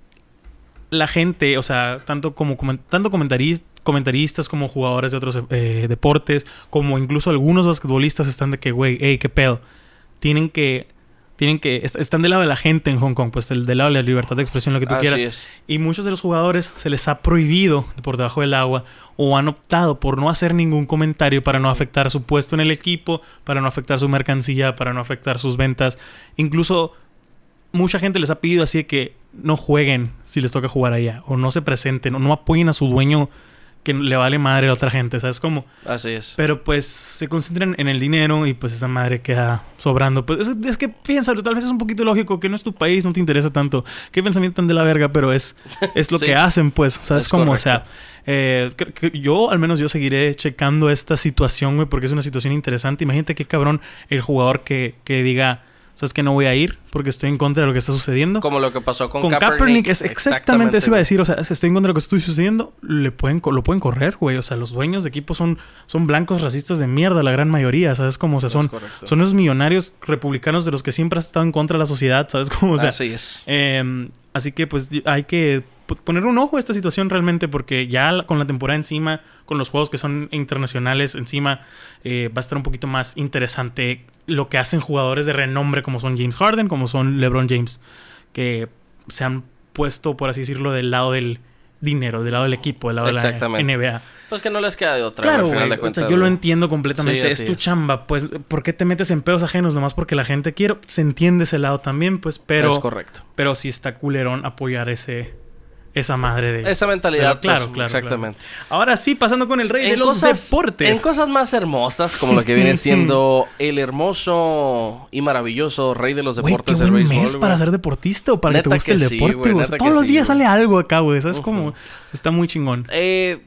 la gente, o sea, tanto como coment- tanto comentaristas, comentaristas como jugadores de otros eh, deportes, como incluso algunos basquetbolistas están de que, güey, hey, qué pedo. Tienen que... Tienen que... Est- están del lado de la gente en Hong Kong, pues del, del lado de la libertad de expresión, lo que tú Así quieras. es. Y muchos de los jugadores se les ha prohibido por debajo del agua o han optado por no hacer ningún comentario para no afectar su puesto en el equipo, para no afectar su mercancía, para no afectar sus ventas. Incluso mucha gente les ha pedido así de que no jueguen si les toca jugar allá, o no se presenten, o no apoyen a su dueño que le vale madre a otra gente, ¿sabes cómo? Así es. Pero pues se concentran en el dinero y pues esa madre queda sobrando. Pues es, es que piénsalo, tal vez es un poquito lógico que no es tu país, no te interesa tanto. Qué pensamiento tan de la verga, pero es, es lo sí. que hacen, pues, ¿sabes es cómo? Correcto. O sea, eh, que, que yo, al menos yo seguiré checando esta situación, güey, porque es una situación interesante. Imagínate qué cabrón el jugador que, que diga... ¿Sabes que no voy a ir porque estoy en contra de lo que está sucediendo? Como lo que pasó con, con Kaepernick. Kaepernick. Es exactamente, exactamente eso iba a decir. O sea, si estoy en contra de lo que está sucediendo, le pueden, lo pueden correr, güey. O sea, los dueños de equipos son, son blancos racistas de mierda, la gran mayoría. ¿Sabes cómo? O sea, son, son esos millonarios republicanos de los que siempre han estado en contra de la sociedad. ¿Sabes cómo? O sea, así es. Eh, así que, pues, hay que poner un ojo a esta situación realmente, porque ya con la temporada encima, con los juegos que son internacionales encima, eh, va a estar un poquito más interesante lo que hacen jugadores de renombre como son James Harden, como son LeBron James, que se han puesto, por así decirlo, del lado del dinero, del lado del equipo, del lado de la N B A. Pues que no les queda de otra. Claro, güey. O sea, yo lo entiendo completamente. Sí, es tu es. chamba. Pues, ¿por qué te metes en pedos ajenos? Nomás porque la gente quiere. Se entiende ese lado también, pues, pero... Es correcto. Pero sí está culerón apoyar ese... Esa madre de... Esa mentalidad. Pero, claro, pues, claro. Exactamente. Claro. Ahora sí, pasando con el rey en de los cosas, deportes. En cosas más hermosas, como lo que viene siendo el hermoso y maravilloso rey de los deportes. Güey, qué buen béisbol, mes wey. para ser deportista o para neta que te guste que el sí, deporte, güey. O sea, todos los sí, días wey. sale algo acá, güey. ¿Sabes uh-huh. cómo? Está muy chingón. Eh...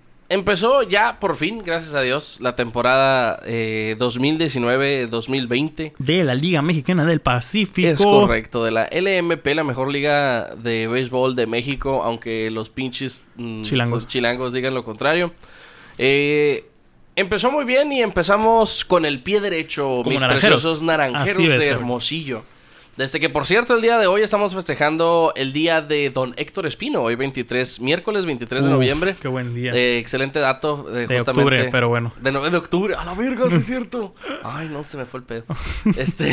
Empezó ya, por fin, gracias a Dios, la temporada eh, dos mil diecinueve dos mil veinte. De la Liga Mexicana del Pacífico. Es correcto, de la L M P, la mejor liga de béisbol de México, aunque los pinches mm, chilangos. Los chilangos digan lo contrario. Eh, empezó muy bien y empezamos con el pie derecho, Como mis naranjeros. preciosos naranjeros Así de es, Hermosillo. Desde que, por cierto, el día de hoy estamos festejando el día de Don Héctor Espino. Hoy veintitrés, miércoles veintitrés Uf, de noviembre. Qué buen día. Eh, excelente dato. Eh, de justamente, octubre, pero bueno. De, no, de octubre. A la verga, sí es cierto. Ay, no, se me fue el pedo. este...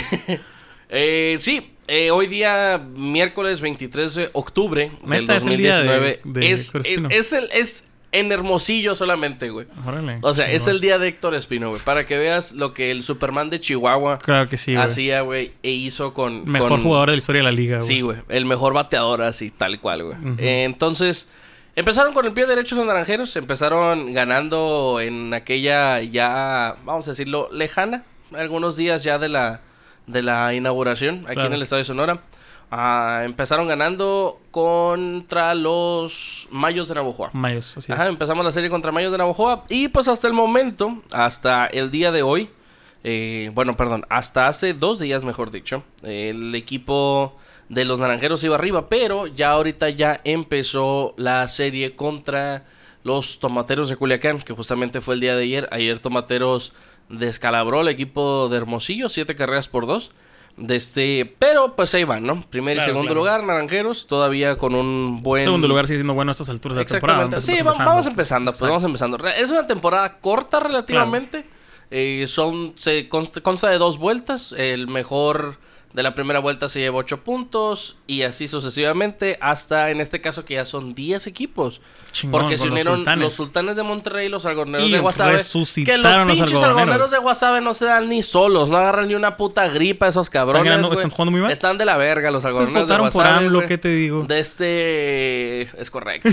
eh, sí, eh, hoy día, miércoles veintitrés de octubre del dos mil diecinueve. Es el día de, de es, es, es el... Es, en Hermosillo solamente, güey. Órale, o sea, chingón. es el día de Héctor Espino, güey. Para que veas lo que el Superman de Chihuahua claro que sí, güey. hacía, güey. E hizo con... Mejor con... jugador de la historia de la liga, güey. Sí, güey. El mejor bateador así, tal cual, güey. Uh-huh. eh, entonces, empezaron con el pie derecho los naranjeros. Empezaron ganando en aquella ya, vamos a decirlo, lejana. Algunos días ya de la, de la inauguración aquí claro. en el Estadio Sonora. Uh, empezaron ganando contra los Mayos de Navojoa. Mayos, así Ajá, es. empezamos la serie contra Mayos de Navojoa. Y pues hasta el momento, hasta el día de hoy, eh, bueno, perdón, hasta hace dos días, mejor dicho, eh, el equipo de los Naranjeros iba arriba. Pero ya ahorita ya empezó la serie contra los Tomateros de Culiacán, que justamente fue el día de ayer. Ayer Tomateros descalabró al equipo de Hermosillo, siete carreras por dos. De este, pero pues ahí van, ¿no? Primer claro, y segundo claro. lugar, Naranjeros, todavía con un buen... Segundo lugar sigue siendo bueno a estas alturas de la temporada. Exactamente, sí, vamos empezando, vamos empezando, pues vamos empezando. Es una temporada corta relativamente. Claro. Eh, son, se consta, consta de dos vueltas. El mejor De la primera vuelta se lleva ocho puntos y así sucesivamente hasta en este caso que ya son diez equipos. Chingón, porque se con los unieron sultanes. los sultanes de Monterrey y los algodoneros Y de Guasave. Que los resucitaron los pinches algodoneros. algodoneros de Guasave no se dan ni solos, no agarran ni una puta gripa esos cabrones. ¿Están, ganando, güey. ¿Están jugando muy mal? Están de la verga los Pues algodoneros de votaron por Guasave. AMLO, güey. ¿qué te digo? De este... Es correcto.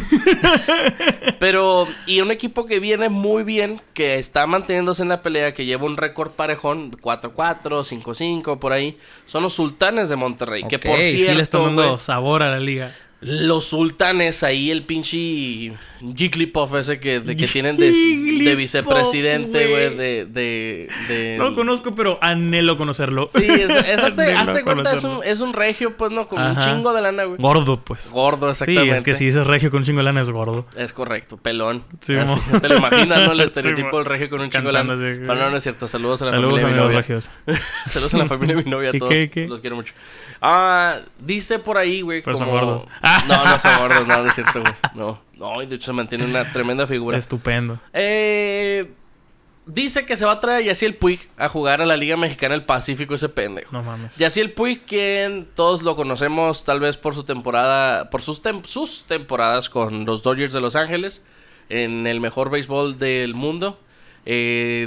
Pero... Y un equipo que viene muy bien, que está manteniéndose en la pelea, que lleva un récord parejón, cuatro cuatro, cinco cinco, por ahí. Son los sultanes de Monterrey. Ok, que por cierto, sí le están dando güey, sabor a la liga. los sultanes ahí, el pinche Jigglypuff ese que, de, que tienen de, de vicepresidente, güey, de, de, de... No lo conozco, pero anhelo conocerlo. Sí, es, es hazte, Anhelo hazte cuenta, es conocerlo. un, es un regio, pues, ¿no? Con Ajá. un chingo de lana, güey. Gordo, pues. Gordo, exactamente. Sí, es que si dices regio con un chingo de lana es gordo. Es correcto, pelón. Sí, Así, mo. te lo imaginas, ¿no? El Sí, estereotipo mo. del regio con un chingo de lana. Cantando así. Pero no, no es cierto. Saludos a la Saludos familia a de mi mis novia. regios. Saludos a la familia de mi novia, a ¿Y todos. qué, qué? Los quiero mucho. Ah, dice por ahí, güey, Pero como... son gordos. No, no son gordos, no, no es cierto, güey. No, no, y de hecho se mantiene una tremenda figura. Estupendo. Eh... Dice que se va a traer a Yaciel Puig a jugar a la Liga Mexicana del Pacífico, ese pendejo. No mames. Yaciel Puig, quien todos lo conocemos tal vez por su temporada, por sus, tem- sus temporadas con los Dodgers de Los Ángeles, en el mejor béisbol del mundo. Eh,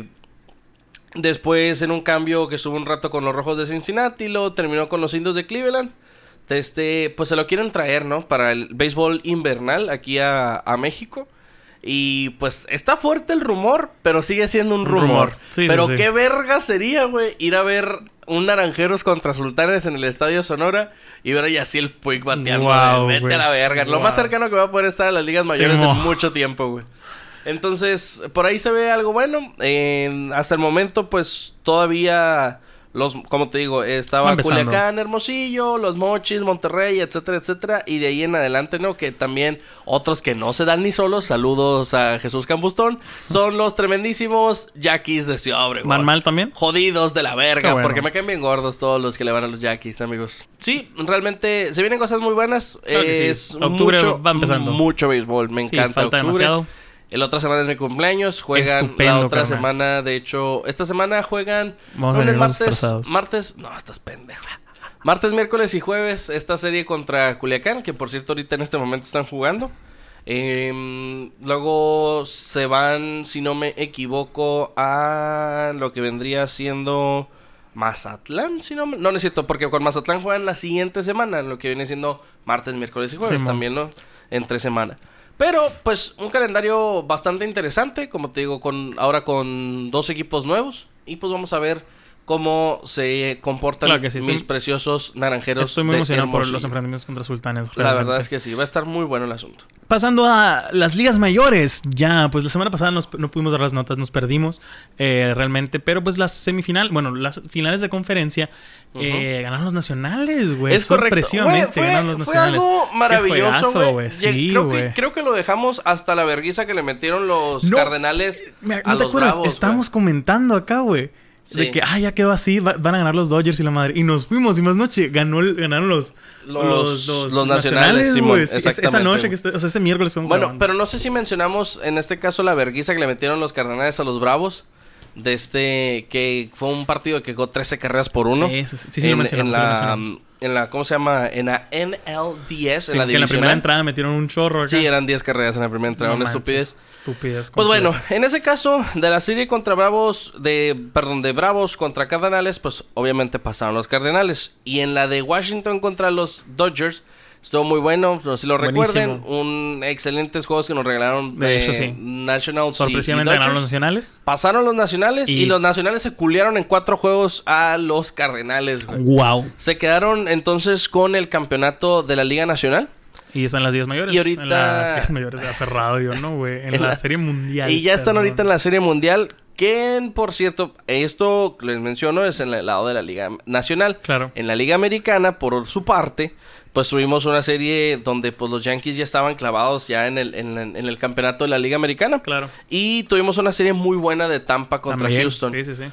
después en un cambio que estuvo un rato con los Rojos de Cincinnati, lo terminó con los Indios de Cleveland. Este, pues se lo quieren traer, ¿no? Para el béisbol invernal aquí a, a México. Y pues está fuerte el rumor, pero sigue siendo un Un rumor. rumor. Sí, pero sí, sí. qué verga sería, güey, ir a ver un Naranjeros contra Sultanes en el Estadio Sonora y ver a Yaciel Puig bateando. Wow, güey. Vete güey. a la verga. Lo Wow. más cercano que va a poder estar a las ligas mayores mo. en mucho tiempo, güey. Entonces, por ahí se ve algo bueno. Eh, hasta el momento, pues, todavía... Los, como te digo, estaba Va empezando. Culiacán, Hermosillo, Los Mochis, Monterrey, etcétera, etcétera. Y de ahí en adelante, ¿no? Que también otros que no se dan ni solos, saludos a Jesús Campustón, son los tremendísimos Yaquis de Ciudad Obregón. ¿Van mal también? Jodidos de la verga, Qué bueno. porque me caen bien gordos todos los que le van a los Yaquis, amigos. Sí, realmente se vienen cosas muy buenas. Claro que sí. Es Octubre mucho, va empezando. mucho béisbol, me Sí, encanta falta octubre. demasiado. La otra semana es mi cumpleaños. Juegan Estupendo, la otra carnal. semana, de hecho, esta semana juegan Vamos a lunes, venir más martes, disfrazados. martes, no, estás pendejo. Martes, miércoles y jueves esta serie contra Culiacán, que por cierto ahorita en este momento están jugando. Eh, luego se van, si no me equivoco, a lo que vendría siendo Mazatlán, si no me... No, no es cierto, porque con Mazatlán juegan la siguiente semana, lo que viene siendo martes, miércoles y jueves, Sí, mo. también, ¿no? Entre semana. Pero, pues, un calendario bastante interesante, como te digo, con ahora con dos equipos nuevos. Y pues vamos a ver cómo se comportan Claro que sí, mis estoy- preciosos naranjeros. Estoy muy de emocionado por Hermosillo. los enfrentamientos contra Sultanes. La realmente. verdad es que sí, va a estar muy bueno el asunto. Pasando a las ligas mayores, ya, pues la semana pasada nos- no pudimos dar las notas, nos perdimos eh, realmente, pero pues las semifinal, bueno, las finales de conferencia eh, ganaron los nacionales, güey. Es correcto. Sorpresivamente Güey, fue, ganaron los fue nacionales. algo maravilloso, Qué juegazo, güey. güey. Lleg- Sí, creo, güey. que, creo que lo dejamos hasta la verguiza que le metieron los No, Cardenales Mira, a ¿no te los acuerdas? Bravos, Estábamos comentando acá, güey. Sí. De que, ah, ya quedó así, va- van a ganar los Dodgers y la madre. Y nos fuimos, y más noche ganó el- ganaron los, Los- los nacionales, Simón, güey. Sí, es- esa exactamente, noche, güey. que está- o sea, ese miércoles estamos Bueno, grabando. pero no sé si mencionamos en este caso la verguiza que le metieron los Cardenales a los Bravos. De este, que fue un partido que quedó trece carreras por uno. Sí, sí, sí, sí, sí, lo en, mencionamos, en sí lo la, mencionamos. en la, ¿cómo se llama? En la N L D S, Sí, en la que en la primera divisional. entrada metieron un chorro acá. Sí, eran diez carreras en la primera entrada, No una manches, estupidez. Estupidez. Pues bueno, completa. en ese caso, de la serie contra Bravos, de, perdón, de Bravos contra Cardenales, pues obviamente pasaron los Cardenales. Y en la de Washington contra los Dodgers, estuvo muy bueno, no sé si lo Buenísimo. recuerden, un excelentes juegos que nos regalaron De de, hecho, sí. Nationals y- Sorpresivamente y ganaron los Dodgers. nacionales. Pasaron los nacionales y... Y- los nacionales se culiaron en cuatro juegos a los Cardenales, güey. Wow. Se quedaron entonces con el campeonato de la Liga Nacional. Y están en las diez mayores. Y ahorita- En las diez mayores aferrado yo, ¿no, güey? En, En la, la- serie mundial. Y ya están perdón. ahorita en la Serie Mundial. Que, por cierto, esto les menciono es en el lado de la Liga Nacional. Claro. En la Liga Americana, por su parte, pues tuvimos una serie donde pues los Yankees ya estaban clavados ya en el, en, en el campeonato de la Liga Americana. Claro. Y tuvimos una serie muy buena de Tampa contra También, Houston. Sí, sí, sí.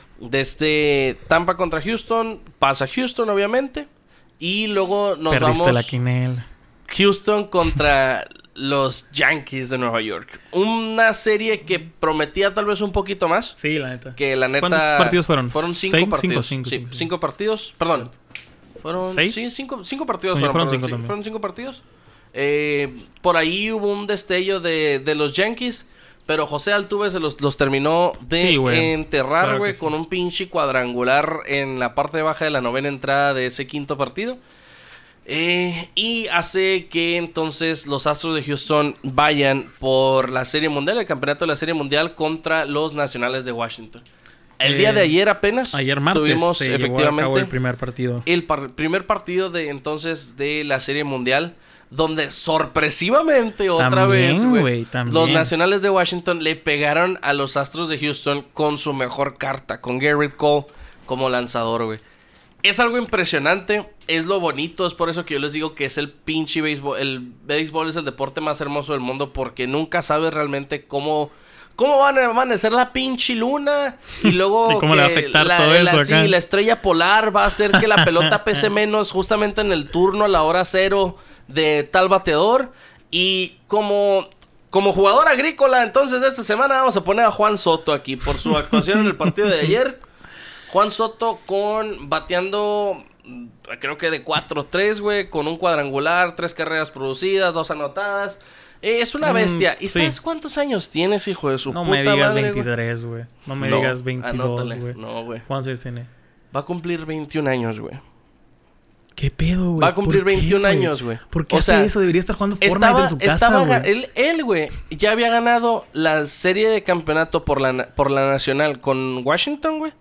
Desde Tampa contra Houston, pasa Houston, obviamente. Y luego nos Perdiste vamos la quinela. Houston contra los Yankees de Nueva York. Una serie que prometía tal vez un poquito más. Sí, la neta. Que la neta... ¿Cuántos partidos fueron? Fueron cinco ¿Seis? partidos. Cinco, cinco, Sí, cinco, sí. cinco partidos. Perdón. Fueron ¿Seis? Sí, cinco, cinco partidos. Sí, fueron, fueron fueron, cinco sí, también. fueron cinco partidos. Eh, por ahí hubo un destello de, de los Yankees, pero José Altuve se los, los terminó de Sí, güey. enterrar, Claro güey, que sí. con un pinche cuadrangular en la parte baja de la novena entrada de ese quinto partido. Eh, y hace que entonces los Astros de Houston vayan por la Serie Mundial, el campeonato de la Serie Mundial contra los Nacionales de Washington. El Eh, día de ayer apenas Ayer martes tuvimos se llevó a efectivamente cabo el primer partido. el par- primer partido de entonces de la Serie Mundial, donde sorpresivamente otra También, vez, güey, güey, también. los Nacionales de Washington le pegaron a los Astros de Houston con su mejor carta, con Garrett Cole como lanzador, güey. Es algo impresionante, es lo bonito, es por eso que yo les digo que es el pinche béisbol. El béisbol es el deporte más hermoso del mundo porque nunca sabes realmente cómo, cómo van a amanecer la pinche luna y luego ¿Y cómo le va a afectar la, todo la- eso sí, acá? la estrella polar va a hacer que la pelota pese menos justamente en el turno a la hora cero de tal bateador. Y como, como jugador agrícola, entonces de esta semana vamos a poner a Juan Soto aquí por su actuación en el partido de ayer. Juan Soto con bateando, creo que de cuatro tres, güey, con un cuadrangular, tres carreras producidas, dos anotadas. Eh, es una Mm, bestia. ¿Y sí. sabes cuántos años tienes, hijo de su No puta me digas madre, güey? veintitrés, güey. No me No, digas veintidós, anótale. güey. No, güey. ¿Cuántos años tiene? Va a cumplir veintiún años, güey. ¿Qué pedo, güey? Va a cumplir ¿Por qué, veintiún güey? años, güey. ¿Por qué O hace sea, eso? Debería estar jugando Fortnite Estaba, en su casa, estaba ga- güey. él, él, güey, ya había ganado la serie de campeonato por la, na- por la nacional con Washington, güey.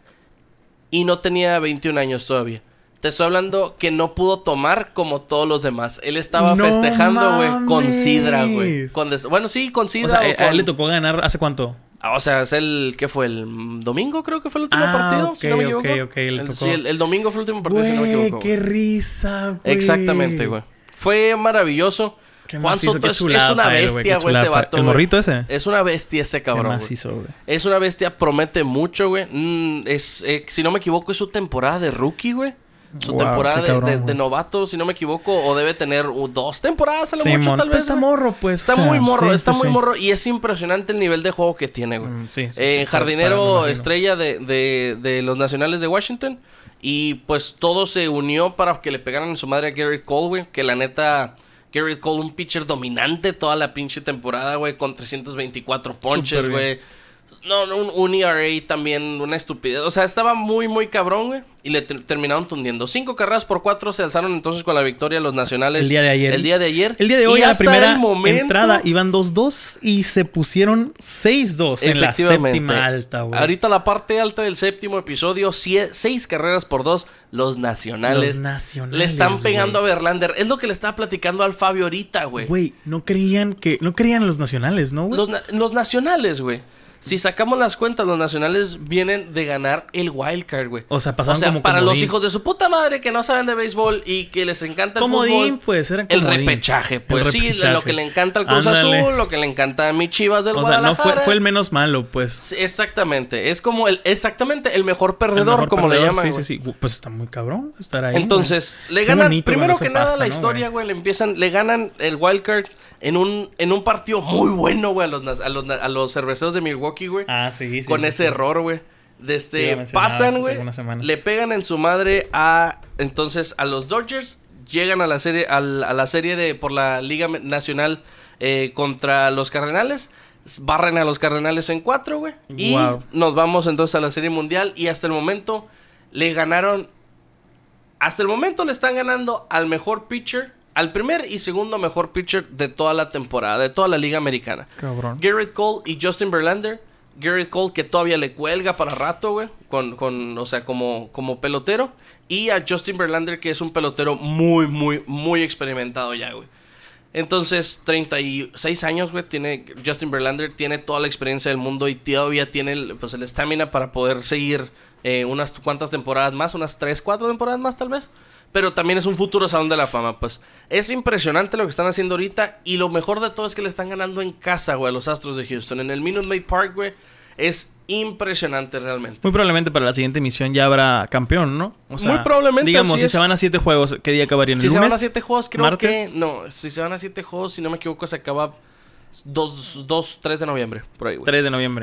Y no tenía veintiún años todavía. Te estoy hablando que no pudo tomar como todos los demás. Él estaba ¡No festejando, güey, con mames! sidra, güey. Con des- Bueno, sí, con O sidra. sea, o a- a con- él le tocó ganar ¿hace cuánto? Ah, O sea, es el... ¿Qué fue? ¿El mm, domingo creo que fue el último Ah, partido? si no me ok, equivoco. ok, ok, le el, tocó. Sí, el, el domingo fue el último partido, si no me Güey, equivoco. qué güey. risa, güey. Exactamente, güey. Fue maravilloso. Qué Juan macizo, Soto qué es, chulada es una para él, güey, bestia, qué güey, ese chulada. vato, ¿El güey. morrito ese? Es una bestia ese Qué cabrón, güey. macizo, güey. Es una bestia, promete mucho, güey. Mm, es, eh, si no me equivoco, es su temporada de rookie, güey. Su Wow, temporada qué de, cabrón, de- güey. de novato, si no me equivoco. O debe tener uh, dos temporadas a lo mucho, Simón, tal pues vez. está güey. morro, pues. Está o sea, muy morro, sí, está sí, muy sí. morro. Y es impresionante el nivel de juego que tiene, güey. Mm, sí, sí, Eh, sí, para- jardinero para- me imagino. estrella de, de, de los Nacionales de Washington. Y pues todo se unió para que le pegaran en su madre a Garrett Cole, güey. Que la neta, Garrett Cole, un pitcher dominante toda la pinche temporada, güey. Con trescientos veinticuatro ponches, Súper bien. güey. No, no, un, un E R A también, una estupidez. O sea, estaba muy, muy cabrón, güey. Y le ter- terminaron tundiendo. Cinco carreras por cuatro se alzaron entonces con la victoria los Nacionales. El día de ayer. El día de ayer. El día de Y hoy, a la hasta primera el momento- entrada, iban dos dos y se pusieron seis dos en la Efectivamente. séptima alta, güey. Ahorita la parte alta del séptimo episodio, cie- seis carreras por dos, los Nacionales. Los Nacionales, Le están pegando güey. a Verlander. Es lo que le estaba platicando al Fabio ahorita, güey. Güey, no creían que... No creían en los Nacionales, ¿no, güey? Los, na- los Nacionales, güey. Si sacamos las cuentas, los Nacionales vienen de ganar el wild card, güey. O sea, pasaron O sea, como para los comodín. hijos de su puta madre que no saben de béisbol y que les encanta el Comodín, fútbol. pues, eran El comodín. repechaje, El pues sí, repechaje. lo que le encanta al Cruz Ándale. Azul, lo que le encanta a mi Chivas del O sea, no Guadalajara. fue, fue el menos malo, pues. Sí, exactamente, es como el exactamente el mejor perdedor, El mejor como le perdedor, llaman. Sí, güey. sí, sí. Pues está muy cabrón estar ahí. Entonces, güey. le Qué ganan bonito primero cuando que eso nada pasa, la ¿no, historia, güey, le empiezan le ganan el wild card en un en un partido muy bueno, güey, a los nas- a los a los cerveceros de Milwaukee, güey. Ah, sí, sí. con sí, ese sí. error, güey. Sí, Desde lo mencionabas pasan, hace güey. algunas semanas. Le pegan en su madre a entonces a los Dodgers, llegan a la serie al- a la serie de por la Liga Nacional eh, contra los Cardenales. Barren a los Cardenales en cuatro, güey. Y Wow. nos vamos entonces a la Serie Mundial. Y hasta el momento le ganaron. Hasta el momento le están ganando al mejor pitcher. Al primer y segundo mejor pitcher de toda la temporada, de toda la Liga Americana. Cabrón. Garrett Cole y Justin Verlander. Garrett Cole que todavía le cuelga para rato, güey. Con, con, o sea, como, como pelotero. Y a Justin Verlander que es un pelotero muy, muy, muy experimentado ya, güey. Entonces, treinta y seis años, güey, tiene Justin Verlander, tiene toda la experiencia del mundo y todavía tiene el, pues, el estamina para poder seguir eh, unas cuantas temporadas más, unas tres, cuatro temporadas más tal vez. Pero también es un futuro Salón de la Fama, pues. Es impresionante lo que están haciendo ahorita y lo mejor de todo es que le están ganando en casa, güey, a los Astros de Houston. En el Minute Maid Park, güey, es impresionante realmente. Muy probablemente para la siguiente emisión ya habrá campeón, ¿no? O sea, Muy probablemente, digamos, así si es. se van a siete juegos, ¿qué día acabarían? ¿El Si se lunes? van a siete juegos, creo ¿Martes? que... No, si se van a siete juegos, si no me equivoco, se acaba dos, tres de noviembre, por ahí, güey. tres de noviembre.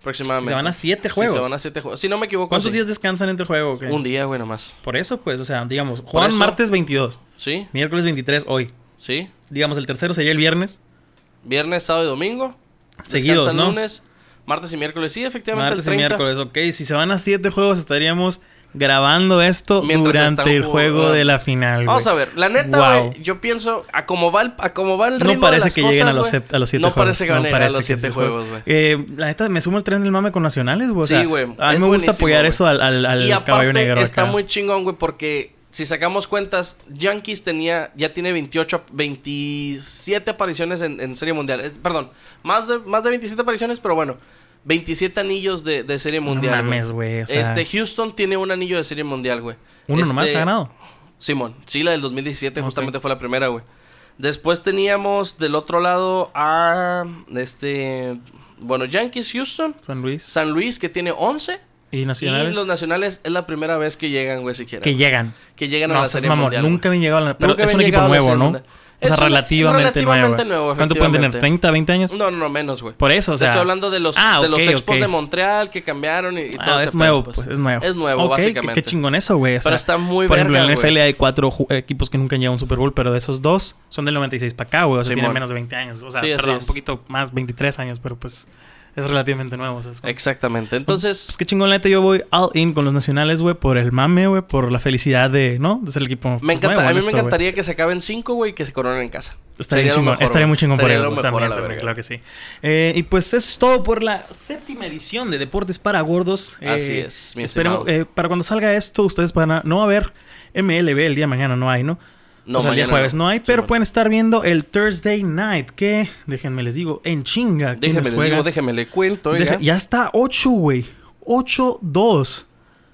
aproximadamente. Si se van a siete juegos. Si se van a siete juegos. Si no me equivoco. ¿Cuántos sí. días descansan entre juegos? Okay. Un día, güey, nomás. Por eso, pues, o sea, digamos, juegan eso... martes veintidós. Sí. Miércoles veintitrés hoy. Sí. Digamos, el tercero sería el viernes. Viernes, sábado y domingo. Seguidos, Descansan ¿no? Lunes, martes y miércoles. Sí, efectivamente. Martes el y treinta. miércoles, ok. Si se van a siete juegos, estaríamos grabando esto Mientras durante el juego jugando. de la final. Vamos güey. a ver, la neta, güey, Wow. yo pienso, a cómo va el, a cómo va el ritmo No parece de las que cosas, lleguen a los, güey, set- a los siete no juegos. parece que van a llegar a los siete siete juegos, güey. Eh, la neta, me sumo al tren del mame con nacionales, güey. O Sí, sea, güey, a mí es me gusta buenísimo, apoyar güey. eso al, al, al Y aparte, caballo negro está acá. muy chingón, güey, porque si sacamos cuentas, Yankees tenía, ya tiene veintiocho, veintisiete apariciones en, en Serie Mundial. Es- perdón, más de, más de veintisiete apariciones, pero bueno, veintisiete anillos de, de Serie Mundial. No mames, güey. O sea, Este, Houston tiene un anillo de Serie Mundial, güey. uno Este, nomás ha ganado. Simón, sí, la del dos mil diecisiete Ok. justamente fue la primera, güey. Después teníamos del otro lado a, este, bueno, Yankees, Houston, San Luis. San Luis, que tiene once. Y nacionales. Y los nacionales es la primera vez que llegan, güey, siquiera. Que llegan. Que llegan a No, la seas Serie mamón. Mundial. Nunca habían llegado a la... Pero Nunca es un habían equipo llegado a la nuevo, Serie ¿no? Mundial. O sea, Es una- relativamente, relativamente nuevo. nuevo, ¿Cuánto pueden tener? efectivamente. ¿treinta, veinte años? No, no, no, menos, güey. Por eso, o sea... Estoy hablando de los, Ah, de los ok, expos ok. de Montreal que cambiaron y, y todo Ah, ese es pedo, nuevo, pues. pues, es nuevo. Es nuevo, Ok, básicamente. Qué, qué chingón eso, güey. O sea, Pero está muy por ejemplo, verga, en la N F L güey. hay cuatro ju- equipos que nunca han llegado a un Super Bowl, pero de esos dos son del noventa y seis para acá, güey. O sea, Simón. tienen menos de veinte años. O sea, Sí, así perdón, es. un poquito más, veintitrés años, pero pues es relativamente nuevo. O sea, es como- Exactamente. Entonces, Pues qué chingón, la neta, yo voy all in con los nacionales, güey, por el mame, güey, por la felicidad de, ¿no? De ser el equipo. me pues, encanta, nuevo a en mí esto, me güey. encantaría que se acaben cinco, güey, y que se coronen en casa. Estaría Sería lo chingón, mejor, estaría güey. muy chingón por Sería eso. lo güey, mejor a También, la también, verga. claro que sí. Eh, y pues eso es todo por la séptima edición de Deportes para Gordos. Eh, Así es, mi Esperemos, estimado. eh, para cuando salga esto, ustedes van a... No va a haber M L B el día de mañana, no hay, ¿no? No, o sea, el día mañana jueves no, hay, Sí, pero bueno. pueden estar viendo el Thursday Night, que, déjenme les digo, en chinga. Déjeme ¿quiénes les juegan? digo, déjeme le cuento, oiga. Deja- ya está ocho, güey. ocho dos.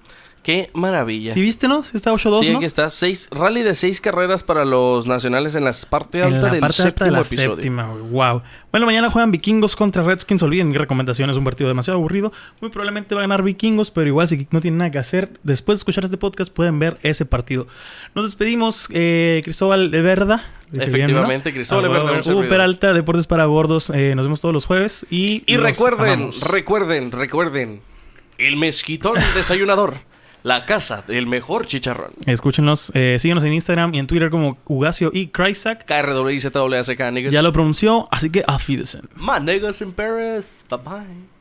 Qué maravilla. ¿Sí viste, no? Sí está ocho dos, Sí, ¿no? aquí está. Seis, rally de seis carreras para los nacionales en la parte alta En la del parte alta de séptimo la episodio. séptima, güey. Wow. Bueno, mañana juegan Vikingos contra Redskins. Olviden mi recomendación, es un partido demasiado aburrido. Muy probablemente va a ganar Vikingos, pero igual si no tienen nada que hacer, después de escuchar este podcast pueden ver ese partido. Nos despedimos, eh, Cristóbal de Verda. Dije bien, Efectivamente, ¿no? Cristóbal Ah, de Verda, bueno, un servidor. Hugo Peralta, Deportes para Gordos. Eh, nos vemos todos los jueves. Y, Y los recuerden, amamos. recuerden, recuerden. El mezquitón desayunador. La casa del mejor chicharrón. Escúchenos, eh, síguenos en Instagram y en Twitter como Ugacio y Kryzak. K R W I Z W A C K, niggas. Ya lo pronunció, así que auf Wiedersehen. My niggas in Paris. Bye bye.